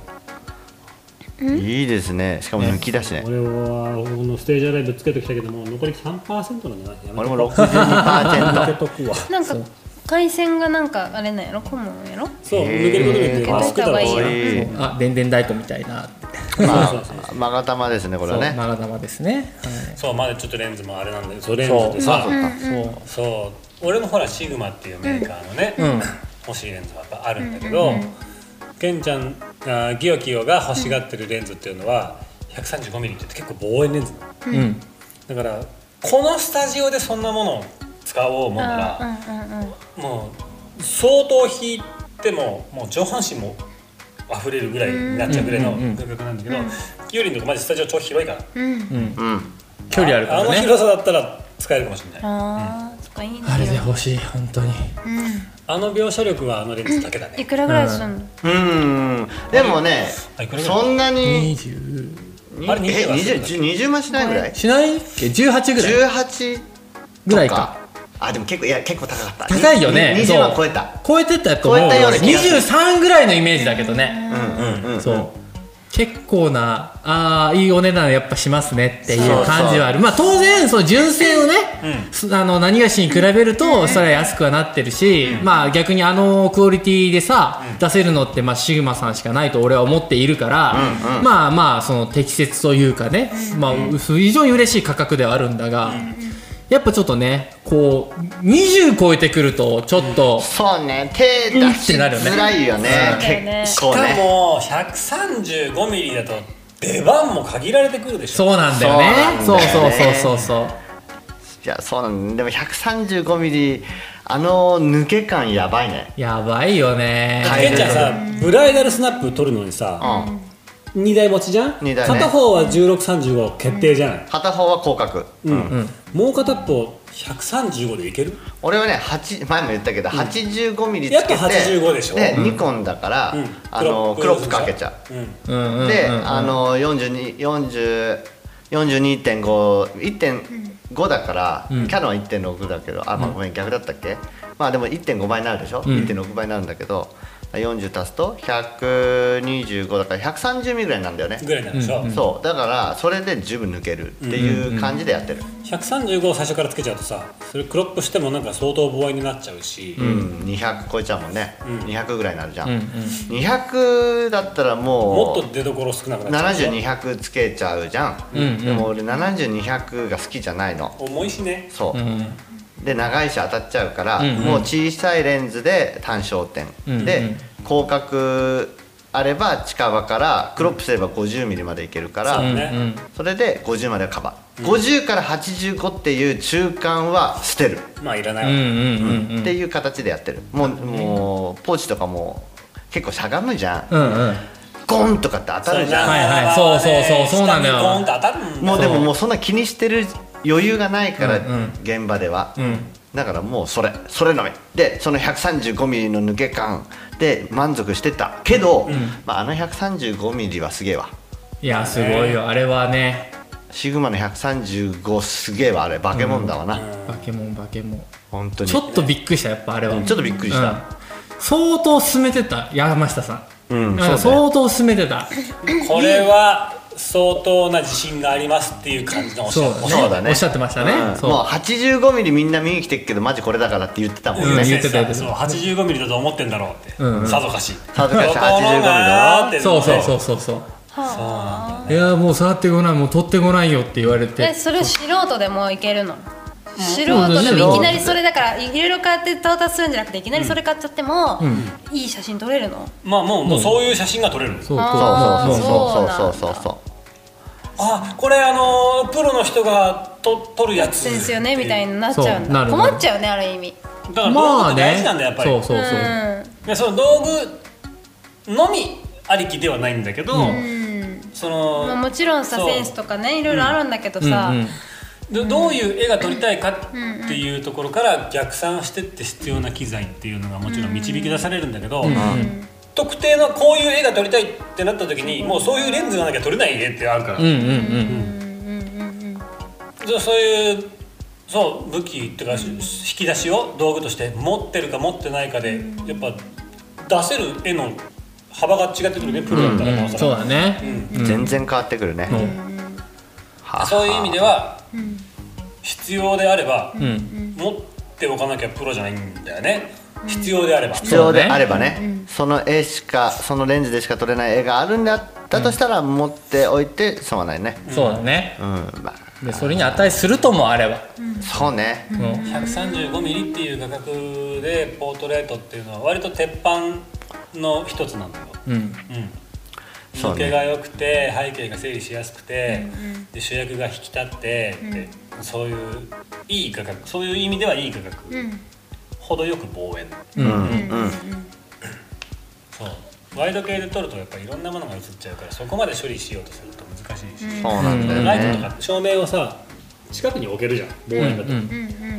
いいですね。しかも抜き出しね。 俺はこのステージアライブつけてきたけども残り さんパーセント なんだな。 俺も ろくじゅうにパーセントなんか回線がなんかあれなんやろコモンやろ。 そう抜けることによってマスクたらいいよ。 あ電電ライトみたいな。 まあマガタマですねこれはね。 マガタマですね。 そうまだちょっとレンズもあれなんだけどそうレンズでさそうそう俺もほらシグマっていうメーカーのね欲しいレンズがやっぱあるんだけど。ケンちゃんあギヨキヨが欲しがってるレンズっていうのは ひゃくさんじゅうごミリ って言って結構望遠レンズなの、うん、だからこのスタジオでそんなものを使おうもんなら、うんうんうん、もう相当引いてももう上半身も溢れるぐらいになっちゃうぐらいの画角なんだけど、うんうんうん、キヨリンとかマジスタジオ超広いから、うんうん、 距離あるからね。 あの広さだったら使えるかもしれない。 ああ、そっか、いいね。 あれで欲しい本当に。 あの描写力はあのレンズだけだね。 いくらぐらいするの？ うん、でもねそんなににじゅうあれにじゅうはするんだっけ？ にじゅう万しないぐらい？ しないっけ？じゅうはちぐらいじゅうはちぐらいか。 あ、でも結構いや結構高かった。 高いよね。 にじゅうまん超えた。 超えてたと思うよ。 超えたような気がするにじゅうさんぐらいのイメージだけどね。 うんうんうん。 そう結構なあーいいお値段やっぱしますねっていう感じはある。まあ当然その純正をね、うん、あの何がしに比べるとそれは安くはなってるし、うん、まあ逆にあのクオリティでさ、うん、出せるのってまあシグマさんしかないと俺は思っているから、うんうん、まあまあその適切というかね、まあ非常に嬉しい価格ではあるんだが、やっぱちょっとねこうにじゅう超えてくるとちょっと、うん、 そうね手出しづらいよね、結構ね。 しかもひゃくさんじゅうごミリだと出番も限られてくるでしょ。 そうなんだよね。そうそうそうそうそう。 いやそうなんだ。でもひゃくさんじゅうごミリあの抜け感やばいね。 やばいよね。 ケンちゃんさブライダルスナップ撮るのにさ、うん、にだい持ちじゃん、ね、片方はじゅうろく、さんじゅうご決定じゃん、うん、 片方は広角、 うんうん、もう片方ひゃくさんじゅうごでいける？ 俺はね前も言ったけど、うん、はちじゅうごミリつけて、 やっぱはちじゅうごでしょ。 で、うん、ニコンだから、うん、あのクロップかけちゃう、うん、で、あのよんじゅうに、よんじゅう、よんじゅうにてんご、いってんごだから、うん、キャノンは いってんろく だけど、あ、まあ、ごめん逆だったっけ？まあでも いってんご 倍になるでしょ、うん、いってんろく 倍になるんだけどよんじゅう足すとひゃくにじゅうごだからひゃくさんじゅうミリぐらいなんだよね。 ぐらいなんでしょ、うん、 そうだからそれで十分抜けるっていう感じでやってる、 うんうんうん、ひゃくさんじゅうごを最初からつけちゃうとさそれクロップしてもなんか相当ボワイになっちゃうし、 うん、にひゃく超えちゃうもんね、うん、にひゃくぐらいになるじゃん、うんうん、にひゃくだったらもうもっと出所少なくなっちゃう。 ななじゅう、にひゃくつけちゃうじゃん、うんうん、でも俺ななじゅう、にひゃくが好きじゃないの。 重いしね。 そう、うんで長いし当たっちゃうから、うんうん、もう小さいレンズで単焦点、うんうん、で広角あれば近場からクロップすれば ごじゅうミリ までいけるから、うん、それでごじゅうまでカバー、うん、ごじゅうからはちじゅうごっていう中間は捨てる、 まあいらないわ、うんうんうん、っていう形でやってる。もう、もうポーチとかも結構しゃがむじゃん、うんうん、ゴンとかって当たるじゃん。 はいはい、そうそうそうそうなんだよ。 ゴンって当たるんだ。 もうでももうそんな気にしてる余裕がないから、うんうん、現場では、うん、だからもうそれそれのみでその ひゃくさんじゅうごミリ の抜け感で満足してたけど、うんまあ、あの ひゃくさんじゅうごミリ はすげえわ。 いやすごいよあれはね。 シグマのひゃくさんじゅうごすげえわあれ。バケモンだわな、うん、 バケモンバケモン本当にちょっとびっくりしたやっぱあれは、うん、 ちょっとびっくりした、うん、 相当進めてた山下さん、うん、 そう相当進めてたこれは相当な自信がありますっていう感じのおっしゃって、 そうだね、 おっしゃってましたね、うん、 そうもう はちじゅうごミリ みんな見に来てるけどマジこれだからって言ってたもんね、うん、 言ってたそう はちじゅうごミリ だと思ってんだろうって、うんうん、さぞかしさぞかしはちじゅうごミリ だろって、 そうそうそうそうそうはあ、いやもう触ってこないもう取ってこないよって言われて。 えそれ素人でもいけるの？素人でもいきなりそれだからいろいろ買って到達するんじゃなくていきなりそれ買っちゃっても、うん、いい写真撮れるの？ まあもう、もうそういう写真が撮れるんです。 そうそうそうそうそうそう。 あこれあのプロの人がと撮るやつですよねみたいになっちゃうんだ。困っちゃうねある意味。 だから道具って大事なんだやっぱり。 そうそうそう。 でその道具のみありきではないんだけど、うん、その、 まあ、もちろんさセンスとかねいろいろあるんだけどさ、うんうんど, どういう絵が撮りたいかっていうところから逆算してって必要な機材っていうのがもちろん導き出されるんだけど、うんうん、特定のこういう絵が撮りたいってなった時にもうそういうレンズがなきゃ撮れない絵ってあるから、そういうそう武器っていうか引き出しを道具として持ってるか持ってないかでやっぱ出せる絵の幅が違ってくるねプロだったら、うんうん、 そうだね、 うん、全然変わってくるね、 うんそういう意味では、うん、必要であれば、うん、持っておかなきゃプロじゃないんだよね、うん、必要であれば必要であればね、うん、その絵しかそのレンズでしか撮れない絵があるんだったとしたら、うん、持っておいて損はないね、 うん、そうだね、 うんまあ、 でそれに値するともあれば、 うん、そうね、 うん、ひゃくさんじゅうごミリ っていう画角でポートレートっていうのは割と鉄板の一つなんだよ、うんうん抜けが良くて背景が整理しやすくて、うんうん、で主役が引き立って、うん、でそういういい画角そういう意味ではいい画角、うん、程よく望遠、うんうんうん、そうワイド系で撮るとやっぱりいろんなものが映っちゃうからそこまで処理しようとすると難しいし、 そうなんだよね、 ライトとか照明をさ近くに置けるじゃん望遠だと、うんうん、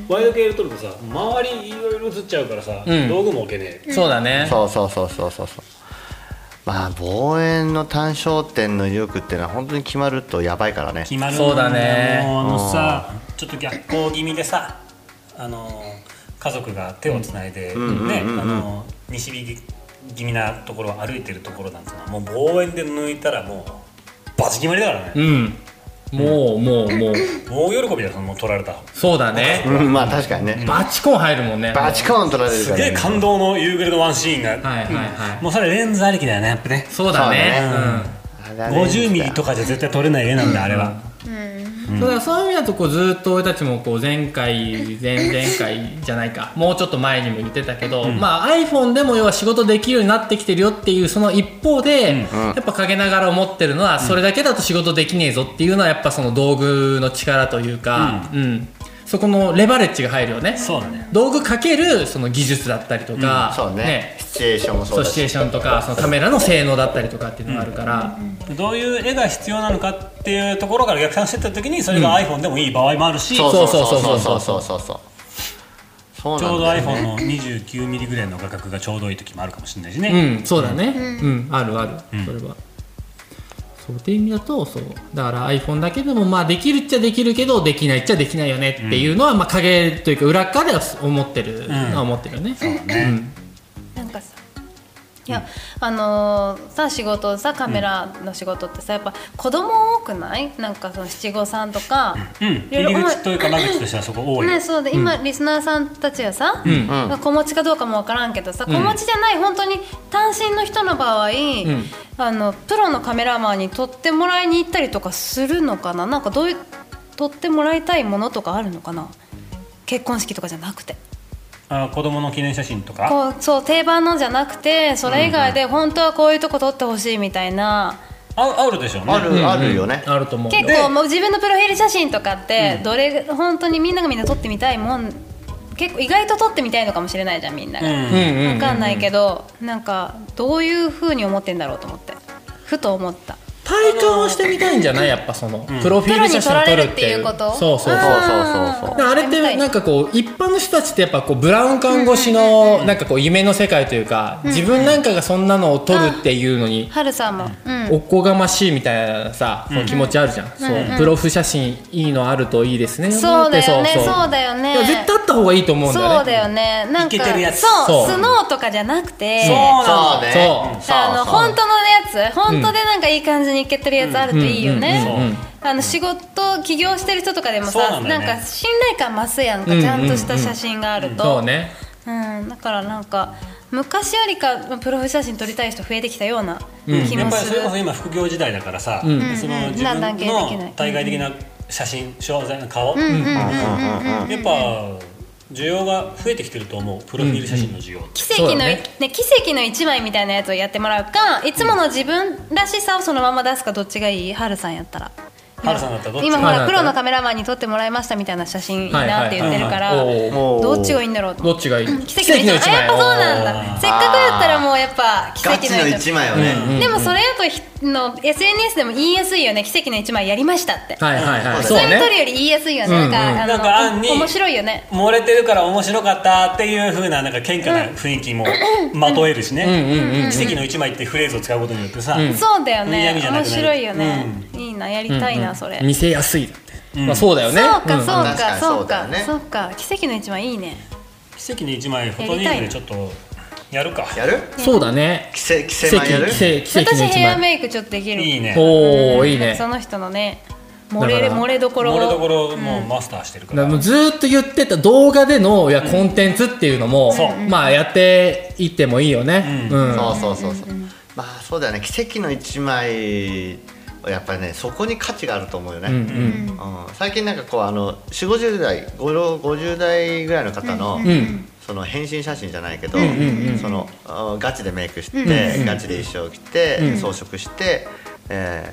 ワイド系で撮るとさ周りいろいろ映っちゃうからさ、うん、道具も置けねえ、 そうだね、 そうそうそうそうそうそう、まあ望遠の単焦点の威力っていうのは本当に決まるとやばいからね。 決まるんだよ。そうだね。もうあのさ、ちょっと逆光気味でさ、あの家族が手をつないで、うん、ね、あの西日気味なところを歩いてるところなんてのはもう望遠で抜いたらもうバチ決まりだからね。うん。 もうもうもう大喜びだよ、その取られた。 そうだね、 うん、まあ確かにね、 バチコン入るもんね。 バチコン取られるから、ね、 すげえ感動の夕暮れのワンシーンが、はいはいはい、もうそれレンズありきだよね、やっぱね。 そうだね、 うん、ごじゅうミリとかじゃ絶対撮れない絵なんだ、あれは。 うん、そうだ、そういう意味だとこうずっと俺たちもこう前回前々回じゃないかもうちょっと前にも言ってたけど、うん、まあ iPhone でも要は仕事できるようになってきてるよっていうその一方で、うん、やっぱ陰ながら思ってるのはそれだけだと仕事できねえぞっていうのはやっぱその道具の力というか、うんうん、そこのレバレッジが入るよね。 そうだね。 道具かけるその技術だったりとか、 うん、そうね、ね、シチュエーションもそうだし、 シチュエーションとかそのカメラの性能だったりとかっていうのがあるから、 うん、どういう絵が必要なのかっていうところから逆算してった時にそれが iPhone でもいい場合もあるし、 そうそうそうそうそうそうそうそうちょうど iPhone の にじゅうきゅうミリ ぐらいの画角がちょうどいい時もあるかもしれないしね。 うん、そうだね、うん、うん、あるある、うん、それはそうっていう意味だと、そうだから iPhone だけでもまあできるっちゃできるけどできないっちゃできないよねっていうのは、うん、まあ影というか裏側では思ってる、うん、思ってるよね。 そうだね、うん、 なんかさ、いや、あのー、さ仕事さカメラの仕事ってさやっぱ子供多くない？なんかその七五三とか、 うん、入り口というか間口としてはそこ多いね。そうで今、うん、リスナーさんたちはさ、うん、子持ちかどうかもわからんけどさ、子持ちじゃない本当に単身の人の場合、うん、あのプロのカメラマンに撮ってもらいに行ったりとかするのかな。なんかどういう撮ってもらいたいものとかあるのかな。結婚式とかじゃなくて。 あ、子供の記念写真とかこうそう定番のじゃなくてそれ以外で本当はこういうとこ撮ってほしいみたいな、 うん、あ, あるでしょうね。 ある、うん、あるよね。 あると思う。 結構もう自分のプロフィール写真とかってどれ、うん、本当にみんながみんな撮ってみたいもん結構意外と撮ってみたいのかもしれないじゃんみんなが、うん、分かんないけどなんかどういう風に思ってんだろうと思ってふと思った。 体感をしてみたいんじゃない？やっぱその、うん、プロフィール写真を撮るっていうこと。そうそうそうそうそう。あれってなんかこう一般の人たちってやっぱこうブラウン管越しのなんかこう夢の世界というか、自分なんかがそんなのを撮るっていうのに、 はるさんも、 おこがましいみたいなさ、その気持ちあるじゃん。そうプロフ写真いいのあるといいですね。 そうだよね、そうだよね。 絶対あった方がいいと思うんだよね。 そうだよね。なんかイケてるやつ。 そうスノーとかじゃなくて、 そうなのね。 あの本当のやつ、本当でなんかいい感じにイケてるやつあるといいよね。あの仕事起業してる人とかでもさ、なんか信頼感増すやんか、ちゃんとした写真があると。 そうね。 うん、だからなんか昔よりかプロフ写真撮りたい人増えてきたような気もする。 やっぱりそれこそ今副業時代だからさ、その自分の対外的な写真、詳細な顔、やっぱ需要が増えてきてると思う。プロフィール写真の需要、うんうん、 奇跡の、ねね、奇跡の一枚みたいなやつをやってもらうか、いつもの自分らしさをそのまま出すか、どっちがいい？はるさんやったら。 はるさんだったらどっち？ 今ほらプロのカメラマンに撮ってもらいましたみたいな写真いいなって言ってるから、どっちがいいんだろうと。 どっちがいい？ 奇跡の一枚。あ、やっぱそうなんだ。せっかくやったらもうやっぱ奇跡の一枚よね。 でもそれやとの エスエヌエス でも言いやすいよね。奇跡の一枚やりましたって。 はいはいはい。 それに撮るより言いやすいよね。なんかあの面白いよね。 漏れてるから面白かったっていう風ななんか謙虚な雰囲気もまとえるしね。奇跡の一枚ってフレーズを使うことによってさ。 そうだよね。面白いよね。いいな、やりたいなそれ。 見せやすいだって。まあそうだよね。 そうかそうかそうかそうか。奇跡の一枚いいね。 奇跡の一枚フォトニウムでちょっとやるか。 やる？ そうだね。 奇跡奇跡やる？ 私ヘアメイクちょっとできる。 いいね。 おおいいね。 その人のね漏れ漏れどころ漏れどころもマスターしてるから。 もうずっと言ってた動画でのいやコンテンツっていうのもまあやっていってもいいよね。 そうそうそうそう。まあそうだよね。奇跡の一枚。やっぱりね、そこに価値があると思うよね。うんうんうん、最近なんかこうあのよんじゅうごじゅう代ごじゅう代ぐらいの方の、うんうん、その変身写真じゃないけど、うんうんうん、そのガチでメイクして、うんうん、ガチで衣装着て、うん、装飾して、えー、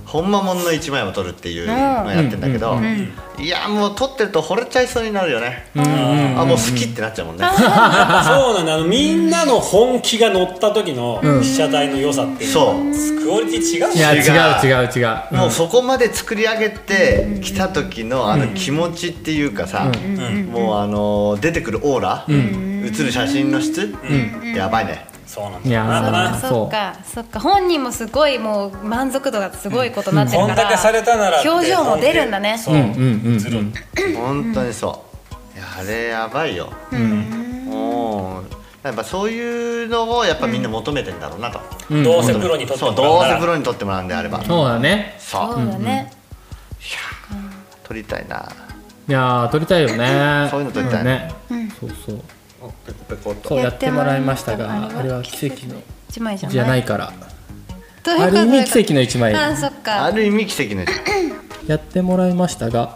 ほんまもんの一枚を撮るっていうのをやってんだけど、いやもう撮ってると惚れちゃいそうになるよね。あもう好きってなっちゃうもんね。 そうなんだ、あのみんなの本気が乗った時の被写体の良さってそうクオリティ違うし、 いや違う違う違う。 もうそこまで作り上げてきた時のあの気持ちっていうかさ、もうあの出てくるオーラ、写る写真の質、やばいね。 そうなんだ。 いやそっかそっか、本人もすごいもう満足度がすごいことになってるこんだけから、 されたならって表情も出るんだね。 そう、 うんうんうんずる本当にそう。いやあれやばいよ。もうやっぱそういうのをやっぱみんな求めてんだろうなと。 どうせプロに撮ってそう、 もらうならどうせプロに撮ってもらうんであれば。 そうだね。 そう。 そうだね。 撮りたいな。 いや撮りたいよね。 そういうの撮りたいね。そうそう。 ペコペコっと。 そうやってもらいましたが、あれは奇跡の一枚じゃない。 じゃないから。 どういうことある意味奇跡の一枚。 あ、そっか。 ある意味奇跡の。 やってもらいましたが。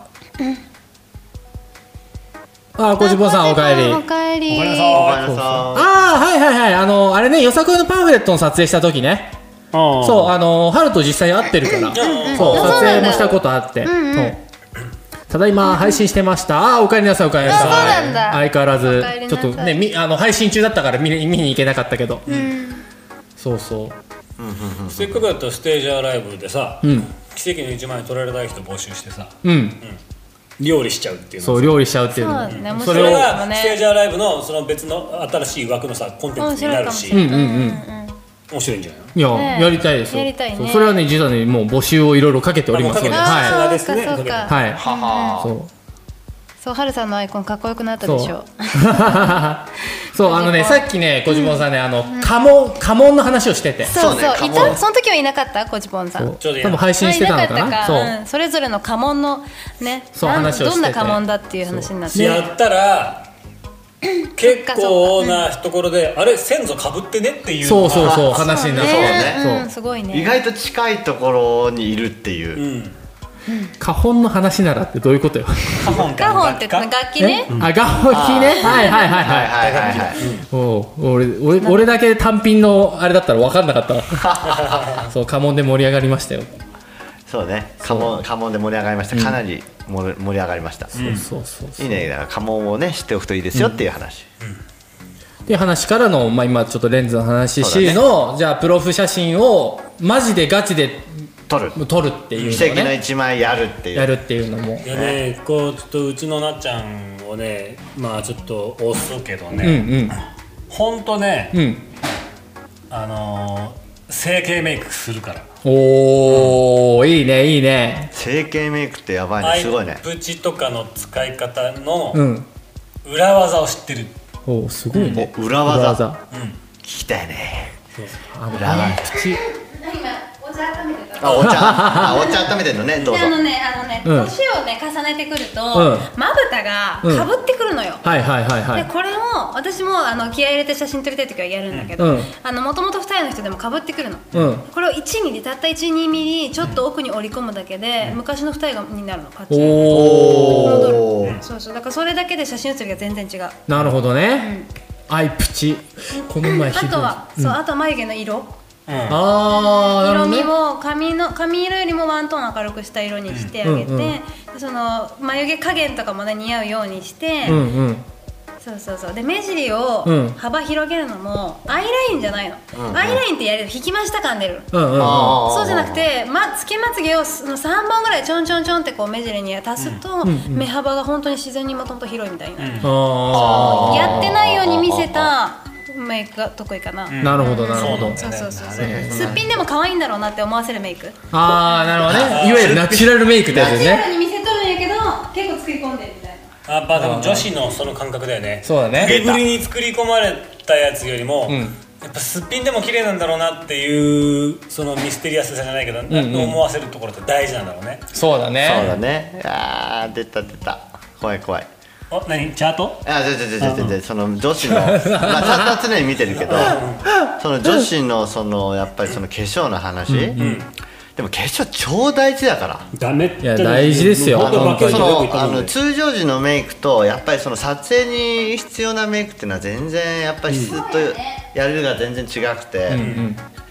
あ、こじぼうさんおかえり。 おかえり。 おかえりなさい。 ああ、はいはいはい、あのあれね、よさこいのパンフレットの撮影した時ね。そう、あの春と実際に会ってるから、そう撮影もしたことあって、そうただいま配信してました。あ、おかえりなさいおかえりなさい。 そうなんだ。 相変わらずちょっとおかえりなさいね、みあの配信中だったから見に見に行けなかったけど、そうそう。 せっかくだったらステージアライブでさ、 うん、 奇跡の一枚撮られたい人募集してさ、 うん、 料理しちゃうっていうの。 そう料理しちゃうっていうの。 そうね、面そ白いかれがもね。 ステージアライブのその別の新しい枠のさコンテンツになるし、 うんうんうん。 面白いんじゃないの？ いや、 ねえやりたいですよ。 やりたいねそうそれはね、実はね、もう募集をいろいろかけておりますので、 あもうはかけてますそうかそうか。 い、はい、 はは。 そう。 そう、はるさんのアイコンかっこよくなったでしょ。 そう、あのね、さっきね、こじぼんさんね、あの家紋家紋の話をしてて、 そうそう、 そうねいた、その時はいなかったこじぽんさん。 そうちょうどいい多分配信してたのかあいなな。そう、 かったか、うん、それぞれの家紋のね、 そうなん話をしててどんな家紋だっていう話になって。 やったら結構なところであれ先祖かぶってねっていうそうそうそうあ話になって、 ねそううん、すごいね。 意外と近いところにいるっていう。 うん花本の話ならってどういうことよ。 カホンカホンって楽器ね。 あ、楽器ね。はいはいはいはいはい。 はいはいはい。 おう俺俺俺だけ単品のあれだったら分かんなかったわ。そう家紋で盛り上がりましたよ。 そうね。家紋家紋で盛り上がりました。かなり盛り盛り上がりました。 そうそうそう。 いいね。だから家紋をね知っておくといいですよっていう話。 っていう話からの、まあ、今ちょっとレンズの話そうだね C の、じゃあプロフ写真をマジでガチで撮る。 撮るっていう奇跡ののをね一枚やるっていう。 やるっていうのも、 いやね、こうちょっとうちのなっちゃんをねまあちょっと押すけどうんね、ほんとね、 うんうんあのー、整形メイクするからおーいいねいいね。 整形メイクってやばいアイね。すごいね。 プチとかの使い方のうん裏技を知ってる。 おーすごいね。 お裏技裏技うん聞きたいね。 あの裏技プチ今お茶温めてた。 あお茶あお茶温めてんのね。どうぞであ。のね、あのね、 うん年をね重ねてくるとうんまぶたがかぶってくるのよ。 はいはいはいはい。 でこれも私もあの気合い入れて写真撮りたい時はやるんだけど、 うんあのもともと二重の人でもかぶってくるの、 うんこれをいちミリたったいち、にミリちょっと奥に折り込むだけで、昔の二重になるのパッチリ戻るおー。 そうそうだからそれだけで写真写りが全然違う。 なるほどね。アイプチこの前ひどいあとは、そうあとは眉毛の色あーなるほどね色味も髪の髪色よりもワントーン明るくした色にしてあげて、 うんうんでその眉毛加減とかもね似合うようにして、 うんうんそうそうそうで目尻をうん幅広げるのもアイラインじゃないの、アイラインってやると引きました感出るの、 うんうんうんあーそうじゃなくて、ま、つけまつげをそのさんぼんぐらいちょんちょんちょんってこう目尻に足すと、目幅が本当に自然にもともと広いみたいになる、 あやってないように見せたメイクが得意かな、 ーなるほどなるほど。 そうそうそうそうすっぴんでも可愛いんだろうなって思わせるメイクああなるほどね。いわゆるナチュラルメイクってやつですリアね。 ルに見せとるんやけど結構作り込んでるみたいな。 やっぱでも女子のその感覚だよね。 そうだねブリブリに作り込まれたやつよりも、 んやっぱすっぴんでも綺麗なんだろうなっていうそのミステリアスさじゃないけど、 ん思わせるところって大事なんだろうね。 そうだね。 そうだね。あー出た出た。怖い怖い。 お、何チャート？ あ、全然全然全然その女子のまあちゃんとは常に見てるけど、その女子のそのやっぱりその化粧の話、でも化粧超大事だから。 ダメ。 いや大事ですよあの本当にそよく言っのあのたもんね。 通常時のメイクとやっぱりその撮影に必要なメイクっていうのは全然やっぱり質とやるが全然違くて、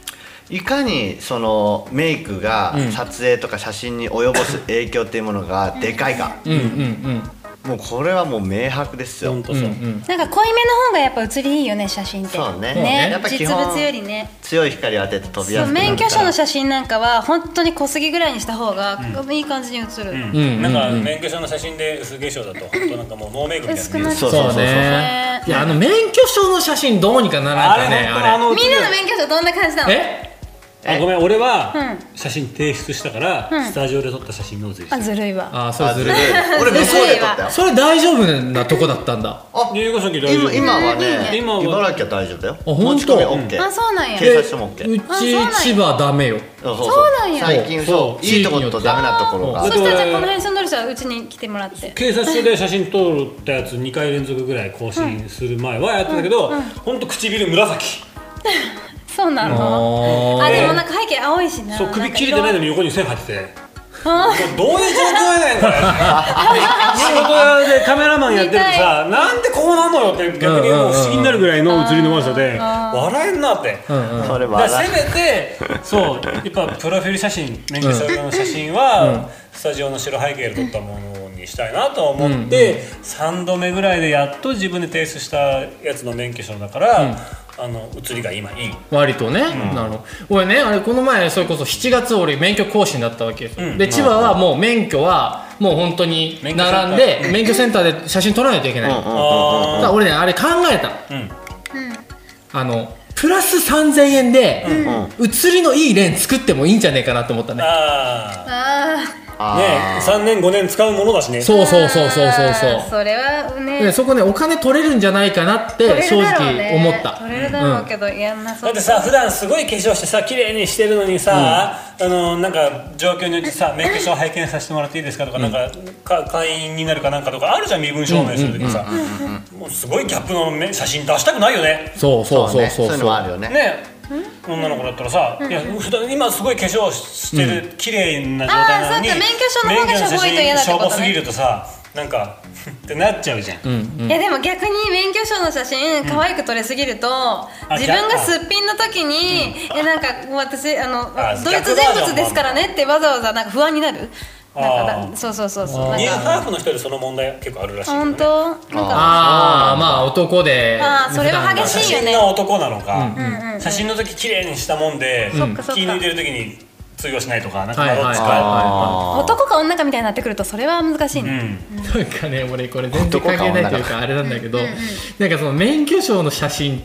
いかにそのメイクが撮影とか写真に及ぼす影響っていうものがでかいか、 うんうんうんもうこれはもう明白ですよ。 本当そう、 うんうんなんか濃いめの方がやっぱ写りいいよね写真って。 そうねねやっぱ基実本物よりね。 強い光を当てて飛びそうやすくなるから。 免許証の写真なんかは本当に濃すぎぐらいにした方がいい感じに写る。 うんうんなんか免許証の写真で薄化粧だと本当なんかもうノーメイクみたいな薄くなっちゃそううそうそうそうねねいやあの免許証の写真どうにかならんかねあれあのみんなの免許証どんな感じなの？ えあごめん俺はうん写真提出したから、 うんスタジオで撮った写真の写りしてあずるいわ。 あそれずるい俺向こうで撮ったよ。 それ大丈夫なとこだったんだああ龍ヶ崎大丈夫今今はね今は茨城は大丈夫だよ。 本当持ち込み OK。 あそうなんや。 警察署も OK。 うあそうなんやち千葉ダメよそうそうそうなんや最近そういいところとダメなところがそうそしたらじゃあこの辺住んどる人はうちに来てもらって。 警察署で写真撮ったやつにかい連続ぐらい更新する前はやってたけど、ほんと唇紫そうなの？ あーあでもなんか背景青いしな。 そう首切れてないのに横に線入っててあもうどういう状況やねんこれ仕事屋でカメラマンやってるとさなんでこうなんのよって逆にもう不思議になるぐらいの写りの悪さで笑えんなってうんうんそれだからはせめてそうやっぱプロフィール写真免許証用の写真は、スタジオの白背景で撮ったものにしたいなと思って、うんうん、さんどめぐらいでやっと自分で提出したやつの免許証だから、うん、あの写りが今いい割とね、うん、なるほど俺ねあれこの前それこそしちがつ俺免許更新だったわけですよ、うん、で千葉はもう免許はもう本当に並んで免許センターで写真撮らないといけない、うん、だから俺ねあれ考えた、うん、あのプラスさんぜんえんで、うん、写りのいいレン作ってもいいんじゃねえかなと思ったねああねさんねんごねん使うものだしねそうそうそうそうそうそうそれはねそこねお金取れるんじゃないかなって正直思った取れるだろうけど、うん、やんなそうだってさ普段すごい化粧してさ綺麗にしてるのにさ、うん、あのなんか状況によってさ免許証拝見させてもらっていいですかとか、うん、なんかか会員になるかなんかとかあるじゃん身分証明するときさもうすごいギャップの写真出したくないよねそうそうそうそうそういうのもあるよねね女の子だったらさ、いや普段今すごい化粧してる、うん、綺麗な状態なのにあーそうか免許証の方がしょぼいと嫌だってことねしょぼすぎるとさなんかってなっちゃうじゃん、うんうん、 いやでも逆に免許証の写真可愛く撮れすぎると、うん、自分がすっぴんの時に、うん、えなんか私あのあドイツ人物ですからねってわざわざなんか不安になるなんかそうそうそうそうニューハーフの人でその問題結構あるらしいよね本当なんかああまあ男であそれは激しいよね写真の男なのか、 うんうん、 写真の時綺麗にしたもんで、うん、気抜いてる時に通用しないとかなんかどっちか男か女かみたいになってくるとそれは難しいね、 うん、なんかね俺これ全然関係ないというかあれなんだけどなんかその免許証の写真って、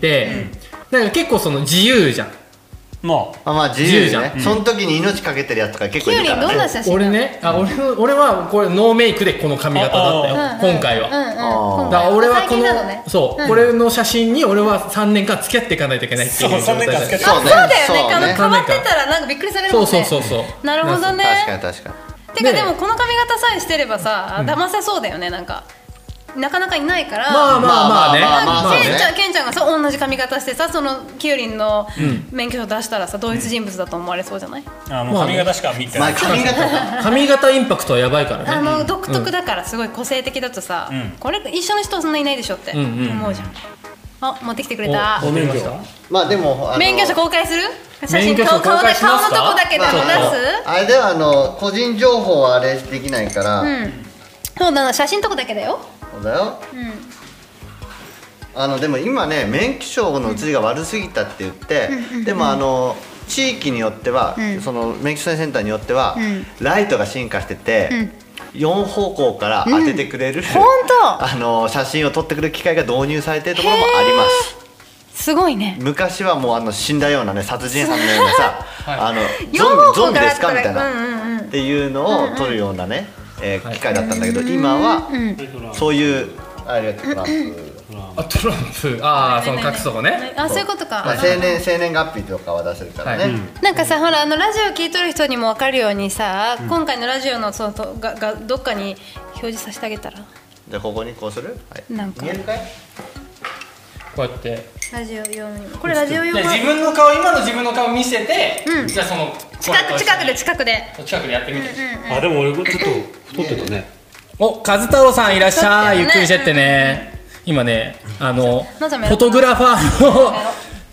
うん、なんか結構その自由じゃんもうあまあ自由じゃん、うん、その時に命かけてるやつとか結構いるからねどんな写真俺ねあ俺の俺はこれノーメイクでこの髪型だったよ、うん、今回は、うんうん、だから俺はこの、ね、そう、うん、これの写真に俺はさんねんかん付き合っていかないといけないっていうそうさんねんかん付き合ってそうだよねあの変わってたらなんかびっくりされるもんねそうそうそうそうなるほどね確かに確かにてかでもこの髪型さえしてればさ騙せそうだよねなんかなかなかいないからまあまあまあねまあケンちゃんケンちゃんがさ同じ髪型してさそのキュウリンの免許証出したらさ同一人物だと思われそうじゃない？ あもう髪型しか見てない、 まあ、髪型髪型インパクトはやばいからねあの独特だからすごい個性的だとさ、うん、これ一緒の人はそんないないでしょって思うじゃん、うんうん、あ持ってきてくれたお免許証まあでも免許証公開する写真免許証公開しますか顔のとこだけでも出す、 まあ、あれではあの個人情報はあれできないから、うん、 そうだな写真とこだけだよそうだよ、うん、あのでも今ね免許証の写りが悪すぎたって言って、うん、でもあの地域によっては、うん、その免許証センターによっては、うん、ライトが進化してて、うん、よん方向から当ててくれる、うん、あの写真を撮ってくれる機械が導入されているところもあります。 すごいね。 昔はもうあの死んだようなね殺人犯のようなさ、はい、あのゾンビ、ゾンビですかみたいな、うんうん、っていうのを撮るようなね、えー、機械だったんだけど、今はそういうあれトランプあトランプああその隠すとこねあそういうことか、 まあ、生年生年月日とかは出せるからね、はい、 なんかさほらあのラジオ聞いとる人にも分かるようにさ、うん、今回のラジオのそのとががどっかに表示させてあげたらじゃあここにこうする、はい、 なんか見えるかいこうやってラジオ用にこれラジオ用に自分の顔今の自分の顔見せて、うん、じゃあその近く近くで近くで近くでやってみて、 うんうんうん、あでも俺ちょっと太ってたねお和太郎さんいらっしゃい、ね、ゆっくりしてってね、うん、今ねあのフォトグラファーの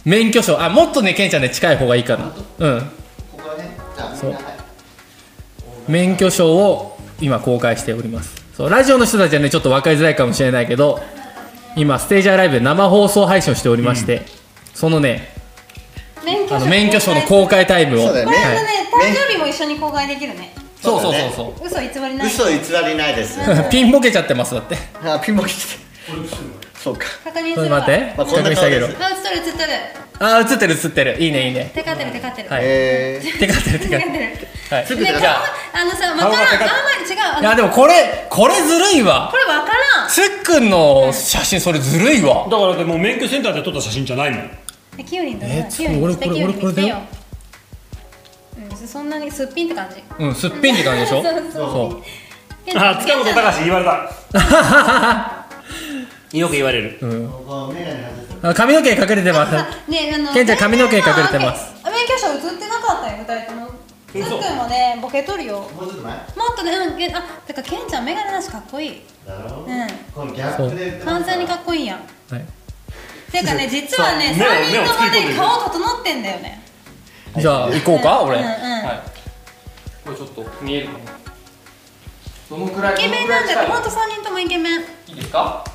免許証、あ、もっとねケンちゃんね近い方がいいかな。うん、 ここら辺じゃあみんな、はい、 免許証を今公開しております。そう、ラジオの人たちはねちょっと分かりづらいかもしれないけど、今ステージアライブで生放送配信をしておりまして、うん、そのね免許あの免許証の公開タイムを、 これあのね、誕生日も一緒に公開できるね。 そうそうそうそう、 嘘偽りない。 嘘偽りないです。 ピンボケちゃってますだって。 あ、ピンボケしてそうか。 確認するわ。 待って、 まあ、こんな確認してあげろ。 あ、映ってる映ってる。 あ、映ってる映ってる。いいねいいね。 テカってるテカってる。 はい。 えー、 テカってるテカってる。はい。 ね、じゃああのさ、わからん。あんまり違う。 いやでもこれこれずるいわ。 これわからん。 つっくんの写真それずるいわ。 だからでも免許センターで撮った写真じゃないもん。 え、キュウリンだえね。キュウリン俺これ俺これだよ。 うん、そんなにすっぴんって感じ。 うん、すっぴんって感じでしょ。 そうそうそう。 あ、塚本隆言われた。よく言われる。 うん。あ、髪の毛隠れてます。 ね、あの。 ケンちゃん髪の毛隠れてます。 免許証映ってなかったよ、二人とも。つっくんもね、ボケとるよ。ももうちょっと前。 っとね、うん、け、あ、てかケンちゃんメガネなしかっこいい。 だろう。 うん。 このギャップで。 完全にかっこいいやん。 はい。 てかね、実はね、 そう三人ともね、 目を目を顔整ってんだよね。 じゃあ行こうか、俺。 うんうん。 はい。これちょっと見えるかな。どのくらい？ イケメンなんだよ。ほんと三人ともイケメン。 いいですか？はい。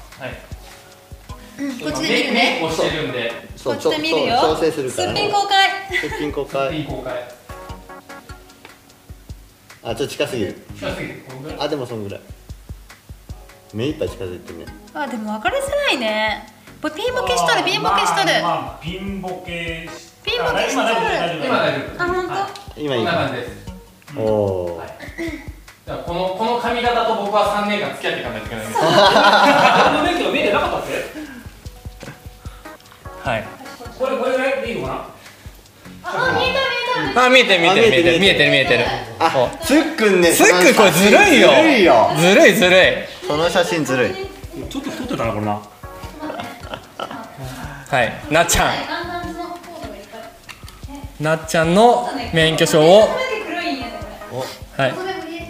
うん、こっちで見るね。 押してるんで。 こっちで見るよ。 調整するから。 すっぴん公開。 すっぴん公開。 いい公開。 あ、ちょっと近すぎる。 近すぎる。 あ、でもそのぐらい。目いっぱい近づいてるね。 あ、でも分かりづらいね。ピンボケしとる、ピンボケしとる。 まあ、ピンボケしピンボケしとる。 今大丈夫。 あ、本当。 今いい。 こんな感じです。 おお。 じゃあこのこの髪型と僕は三年間付き合っていかないといけないんです。 あの免許が見えてなかったって。 はい。 これこれでいいのかな。 あ、見えた見えた。 あ、見えてる見えてる見えてる見えてる見えてる。 あ、つっくんね。 つっくんこれずるいよ。 ずるいよ。 ずるいずるい。 その写真ずるい。 ちょっと太ってたなこれな。 はい、なっちゃん。なっちゃんの免許証を。はい。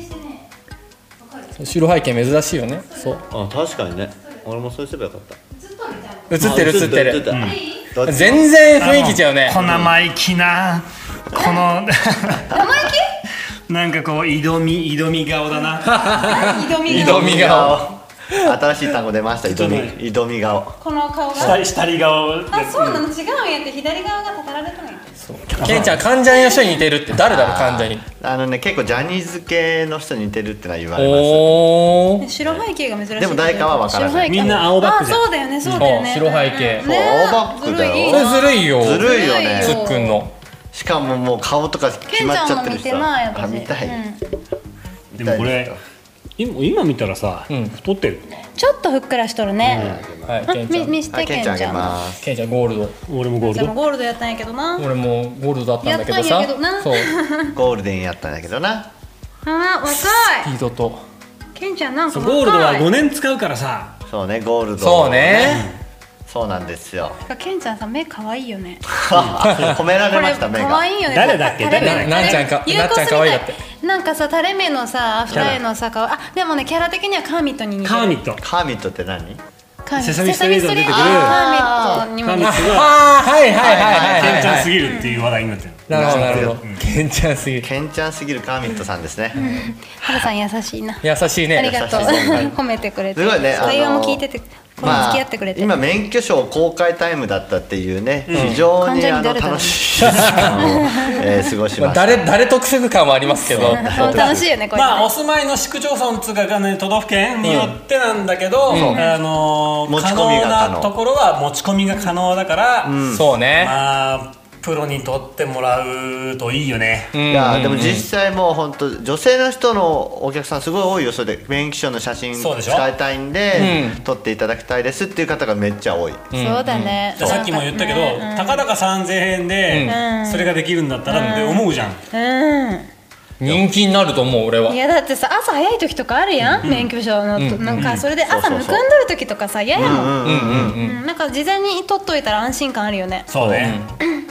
後ろ背景珍しいよね。そう。 あ、確かにね。俺もそうすればよかった。 映ってる映ってる。 うん、 全然雰囲気違うね。 こ生意気な。この。生意気。なんかこう挑み挑み顔だな。 挑み挑み顔。 新しい単語出ました。挑み挑み顔。 この顔が。 下下り顔。 あ、そうなの、違うんやって、左側がたたられたのよ。 そう。ケンちゃん関ジャニの人に似てるって誰だろう、関ジャニ。 あのね、結構ジャニーズ系の人に似てるってのは言われます。 おお。 白背景が珍しい。 でも誰かは分からない。 みんな青バックじゃん。 あ、そうだよね、そうだよね。 白背景。 青バックだよ。 それずるいよ。 ずるいよね。 つっくんの。 しかももう顔とか決まっちゃってるしさ。あ、見たい。 でもこれ今見たらさ、太ってる。 ちょっとふっくらしとるね。 はい、ケンちゃん。 見してケンちゃん。 ケンちゃんゴールド。 俺もゴールド。 ゴールドやったんやけどな。 俺もゴールドだったんだけどさ。そう。 ゴールデンやったんだけどな。 あ、若い。 スピードと。 ケンちゃんなんか若い。 ゴールドはごねん使うからさ。 そうね、ゴールド。 そうね。 そうなんですよ。 ケンちゃんさ、目可愛いよね。 褒められました、目が。 可愛いよね。 誰だっけ？誰だっけ？ なんちゃんか、なっちゃん可愛いだって。 なんかさ、垂れ目のさ、二重のさ、あ、でもね、キャラ的にはカーミットに似てる。 カーミット。 カーミットって何？ セサミストリートに出てくるカーミットにも似てる。 ああ、はいはいはいはい。 ケンちゃんすぎるっていう話題になってる。 なるほどなるほど。ケンちゃんすぎる。 ケンちゃんすぎるカーミットさんですね。 ハルさん優しいな。 優しいね。 ありがとう。褒めてくれて。 すごいね。 会話も聞いてて。 まあ、今免許証公開タイムだったっていうね、非常にあの楽しい時間を過ごしました。 誰誰得する感はありますけど、 楽しいよねこれ。 まあお住まいの市区町村つうかね、都道府県によってなんだけど、あの可能なところは持ち込みが可能だから、 そうね。 まあプロに取ってもらうといいよね。 いやでも実際もう本当女性の人のお客さんすごい多いよ。それで免許証の写真使いたいんで撮っていただきたいですっていう方がめっちゃ多い。 そうだね。 さっきも言ったけど、たかだかさんぜんえんでそれができるんだったらって思うじゃん。 うん人気になると思う俺は。 いやだってさ、朝早い時とかあるやん、免許証のなんかそれで朝むくんどる時とかさ嫌やもん。なんか事前に取っといたら安心感あるよね。 そうね。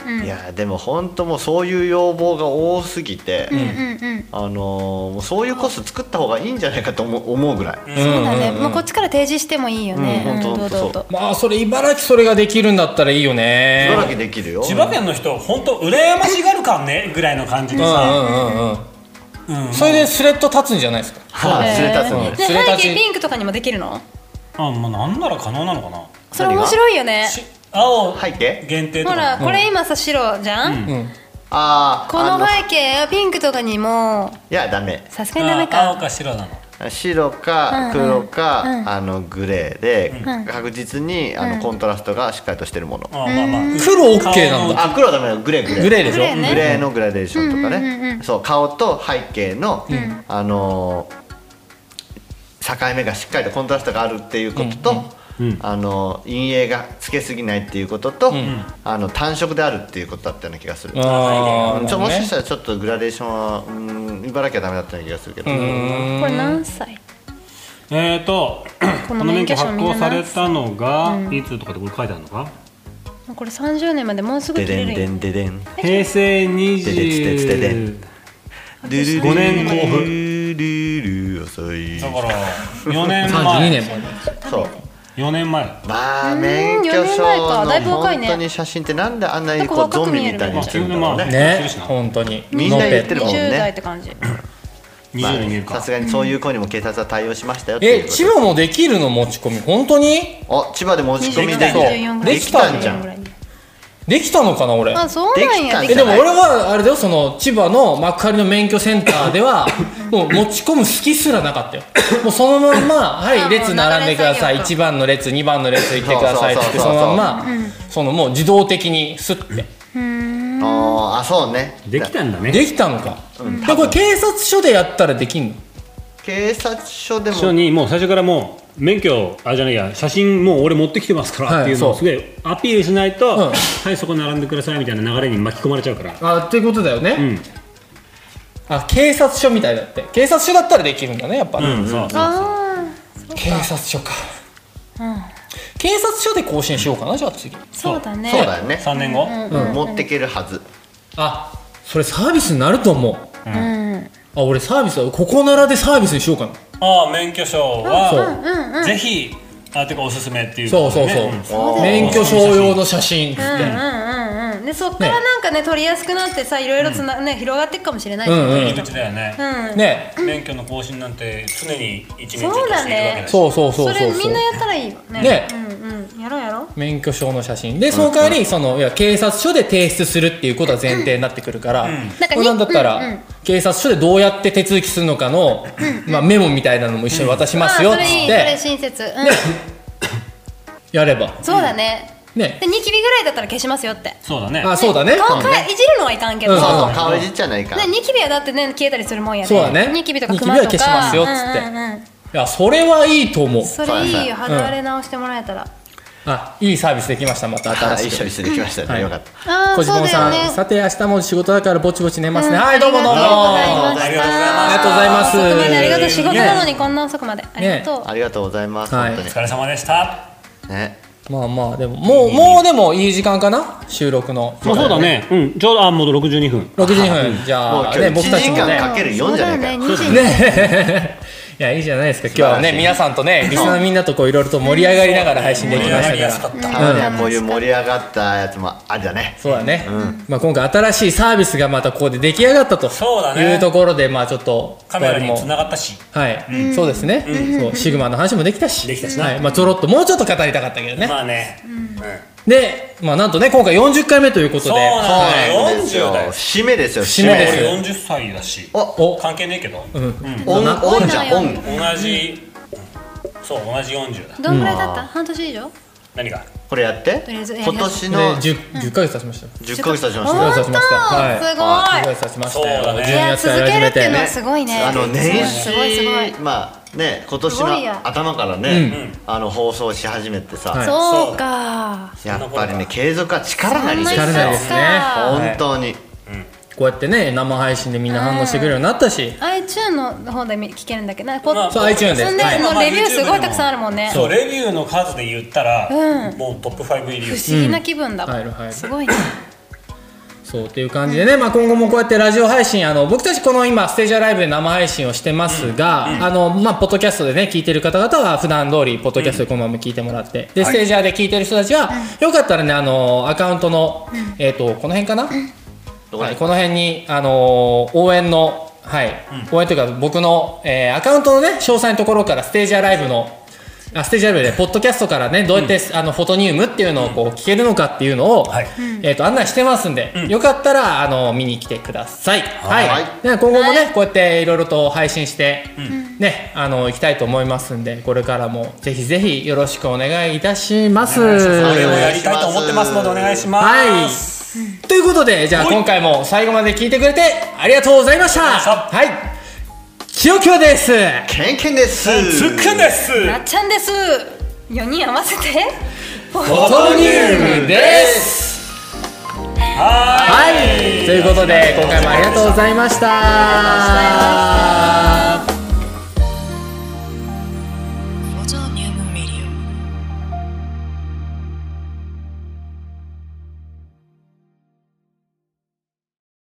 いやでも本当もうそういう要望が多すぎて、 うんうんうんあのーもうそういうコース作った方がいいんじゃないかと思う思うぐらい、 そうだね、もうこっちから提示してもいいよね、 うんほんとうん堂々と。 まあそれ茨城それができるんだったらいいよね。 茨城できるよ。 千葉県の人本当羨ましがるかんねぐらいの感じでさ、 うんうんうんうんそれでスレッド立つんじゃないですか。 はい、連れ立つんでで。 それたち背景ピンクとかにもできるの？ あまあなんなら可能なのかな。 それ面白いよね。 し青背景限定とかほらこれ今さ白じゃん、 うんああこの背景ピンクとかにもいやダメ。 さすがにダメあ青か。 か白なの。 白か黒か、 うんうんあのグレーで、確実にあのコントラストがしっかりとしてるもの、 あまあまあ黒 OK なんだ。 あ黒はダメだよグレーグレーグレーでしょ。 グレーねグレーのグラデーションとかね、 うんうんうんうんそう顔と背景の、あのー境目がしっかりとコントラストがあるっていうことと、 うんあのー陰影がつけすぎないっていうことと、あの単色であるっていうことだったような気がする、 ああうんちょもしかしたらちょっとグラデーションはうん茨城はダメだったような気がするけど、 これ何歳？ えーとここのの免許発免許証みんな行されたのがいつとかってこれ書いてあるのか。 これさんじゅうねんまでもうすぐででんで切れるよ。 んででん平成にででつてつてでんじゅうごねん交付ルルル遅いだからよねんさんじゅうにまえねんまで。 そうよねんまえまあうん免許証よねんまえかだいぶの若いね本当に写真ってなんであんなにこなかうんゾンビ若く見えるみたいにしてるんだろうねね本当に。 みんな言ってるもんねにじゅう代って感じ。 にじゅうに見えるかさすがにそういう子にも警察は対応しましたよっていうえことで千葉もできるの持ち込み本当にあ千葉で持ち込みにじゅうでき代にじゅうよんぐらいできたんじゃんできたのかな俺。 あ、そうなんや。 できたんじゃないえでも俺はあれだよその千葉の幕張の免許センターではもう持ち込む隙すらなかったよ。もうそのまんまはい列並んでくださいあもう流れ作業かいちばんの列にばんの列行ってくださいってそうそうそうそうそのまんまそのもう自動的にスッてあーあそうねできたんだね。 できたのか。でこれ警察署でやったらできんの？ 警察署でも署にもう最初からもう免許あれじゃないや写真もう俺持ってきてますからっていうのはいをすごいアピールしないと、 うんはいそこ並んでくださいみたいな流れに巻き込まれちゃうから。 あっていうことだよね。 うんあ警察署みたいだって警察署だったらできるんだねやっぱ。 うんそうそうあ警察署か。警察署で更新しようかなじゃあ次。 あ、そうだね。 そうだよねさんねんご持ってけるはずあそれサービスになると思う。 うん。 あ俺サービスここならでサービスにしようかな。 ああ免許証はうんうん。 ぜひあてかおすすめっていうそうそうそう、 うん免許証用の写真っつって、 うんうんうんうん。でそっからなんかね撮りやすくなってさいろいろつなね広がっていくかもしれないじゃん。 うんうん入り口だよね、 うん。 ね免許の更新なんて常に一年そうだね中としているわけだしそうそうそうそそうそうれみんなやったらいいよね。 ねうんうん。やろうやろう。 免許証の写真でその代わりそのいや警察署で提出するっていうことは前提になってくるから、 んなんかにこれなんだったら、 うんうん警察署でどうやって手続きするのかの、まあ、メモみたいなのも一緒に渡しますよっつっあそれいいそれて親切。うん。 やればそうだね。 ねでニキビぐらいだったら消しますよって。 そうだねあそうだね顔かいじるのはいかんけど。 うんそうそううん顔いじっちゃないからねニキビはだってね消えたりするもんやね。 そうだねニキビとかクマとか。 ニキビは消しますよっつってうんうんうん。 いやそれはいいと思う。 それいいよ。 そう肌荒れ直してもらえたら。 あいいサービスできましたまたあ新しく一緒にしてできましたはいねよかったああこじぼんさん、 そうだよね。 さて明日も仕事だからぼちぼち寝ますね、 うんはいどうもどうもありがとうございましたありがとうございます遅くまでありがとう。仕事なのねにこんな遅くまで。ありがとう。 ありがとうございますはい本お疲れ様でした。 当にねまあまあでももうもうでもいい時間かな収録のまあそうだねうんちょうどあもうろくじゅうにふんろくじゅうにふんじもうゃあ今日ね僕たちもいちじかんねかけるよんじゃないかよそうだね。 ねいやいいじゃないですか今日はね素晴らしい皆さんとねリスナーみんなとこういろいろと盛り上がりながら配信できま盛り上がりやすしたからかった。 たまにはこういう盛り上がったやつもあるじゃねそうだね、まあ今回新しいサービスがまたここで出来上がったとそうだねいうところでまあちょっとカメラに我々も繋がったしはい、そうですね、そうシグマの話もできたしできたしなはいまあ、ちょろっともうちょっと語りたかったけどね、 まあねで、まあ、なんとね今回よんじゅっかいめということでそうなのはいよんじゅうだよ締めですよ締めですよ俺よんじゅっさいだしおお関係ねえけどうんオンなオンじゃんオン同じそう同じよんじゅうだどんぐらい経った？半年以上？ 何がこれやってとりあえずやり今始め年ので じゅう, じゅっかげつ経ちましたよじゅっかげつ経ちまし 10 たよヶ月経ちましたはいすごいじゅっかげつ経ちましたよそうだねじゅうにがつから始めいや続けるっていうのてはすごいね。 あの年すごいすごい。 始まあね今年すごいやの頭からねあの放送し始めてさはいそうか。 やっぱりね継続は力なりですよ力なりですね本当にこうやってね生配信でみんな反応してくれるようになったし iTunes の方で聞けるんだけど、ポまあッそう iTunes ですそんではいのレビューすごいたくさんあるもんね。 そうレビューの数で言ったらうんもうトップファイブ入りよ不思議な気分だもん。 入る入るすごいね。 そうっていう感じでね、まあ、今後もこうやってラジオ配信、あの僕たちこの今ステージアライブで生配信をしてますが、うんうん、あのまあポッドキャストでね聞いてる方々は普段通りポッドキャストでこのまま聞いてもらって、でステージアで聞いてる人たちは、はい、よかったらねあのアカウントの、うん、えっ、ー、とこの辺かな、うん、はい、この辺にあの応援のはい、うん、応援というか僕の、えー、アカウントのね詳細のところからステージアライブのあステージライブでポッドキャストからねどうやって、うん、あのフォトニウムっていうのをこう聞けるのかっていうのを、はい、えー、と案内してますんで、うん、よかったらあの見に来てください。はい、はい、で今後もねこうやっていろいろと配信して、うん、ねあの行きたいと思いますんで、これからもぜひぜひよろしくお願いいたします。それをやりたいと思ってますのでお願いします。 はい、ということでじゃあ今回も最後まで聞いてくれてありがとうございました。はい、キヨキヨです。 ケンケンです。 つっくんです。 なっちゃんです。よにん合わせてフォトニウムです。はい、ということで今回もありがとうございました。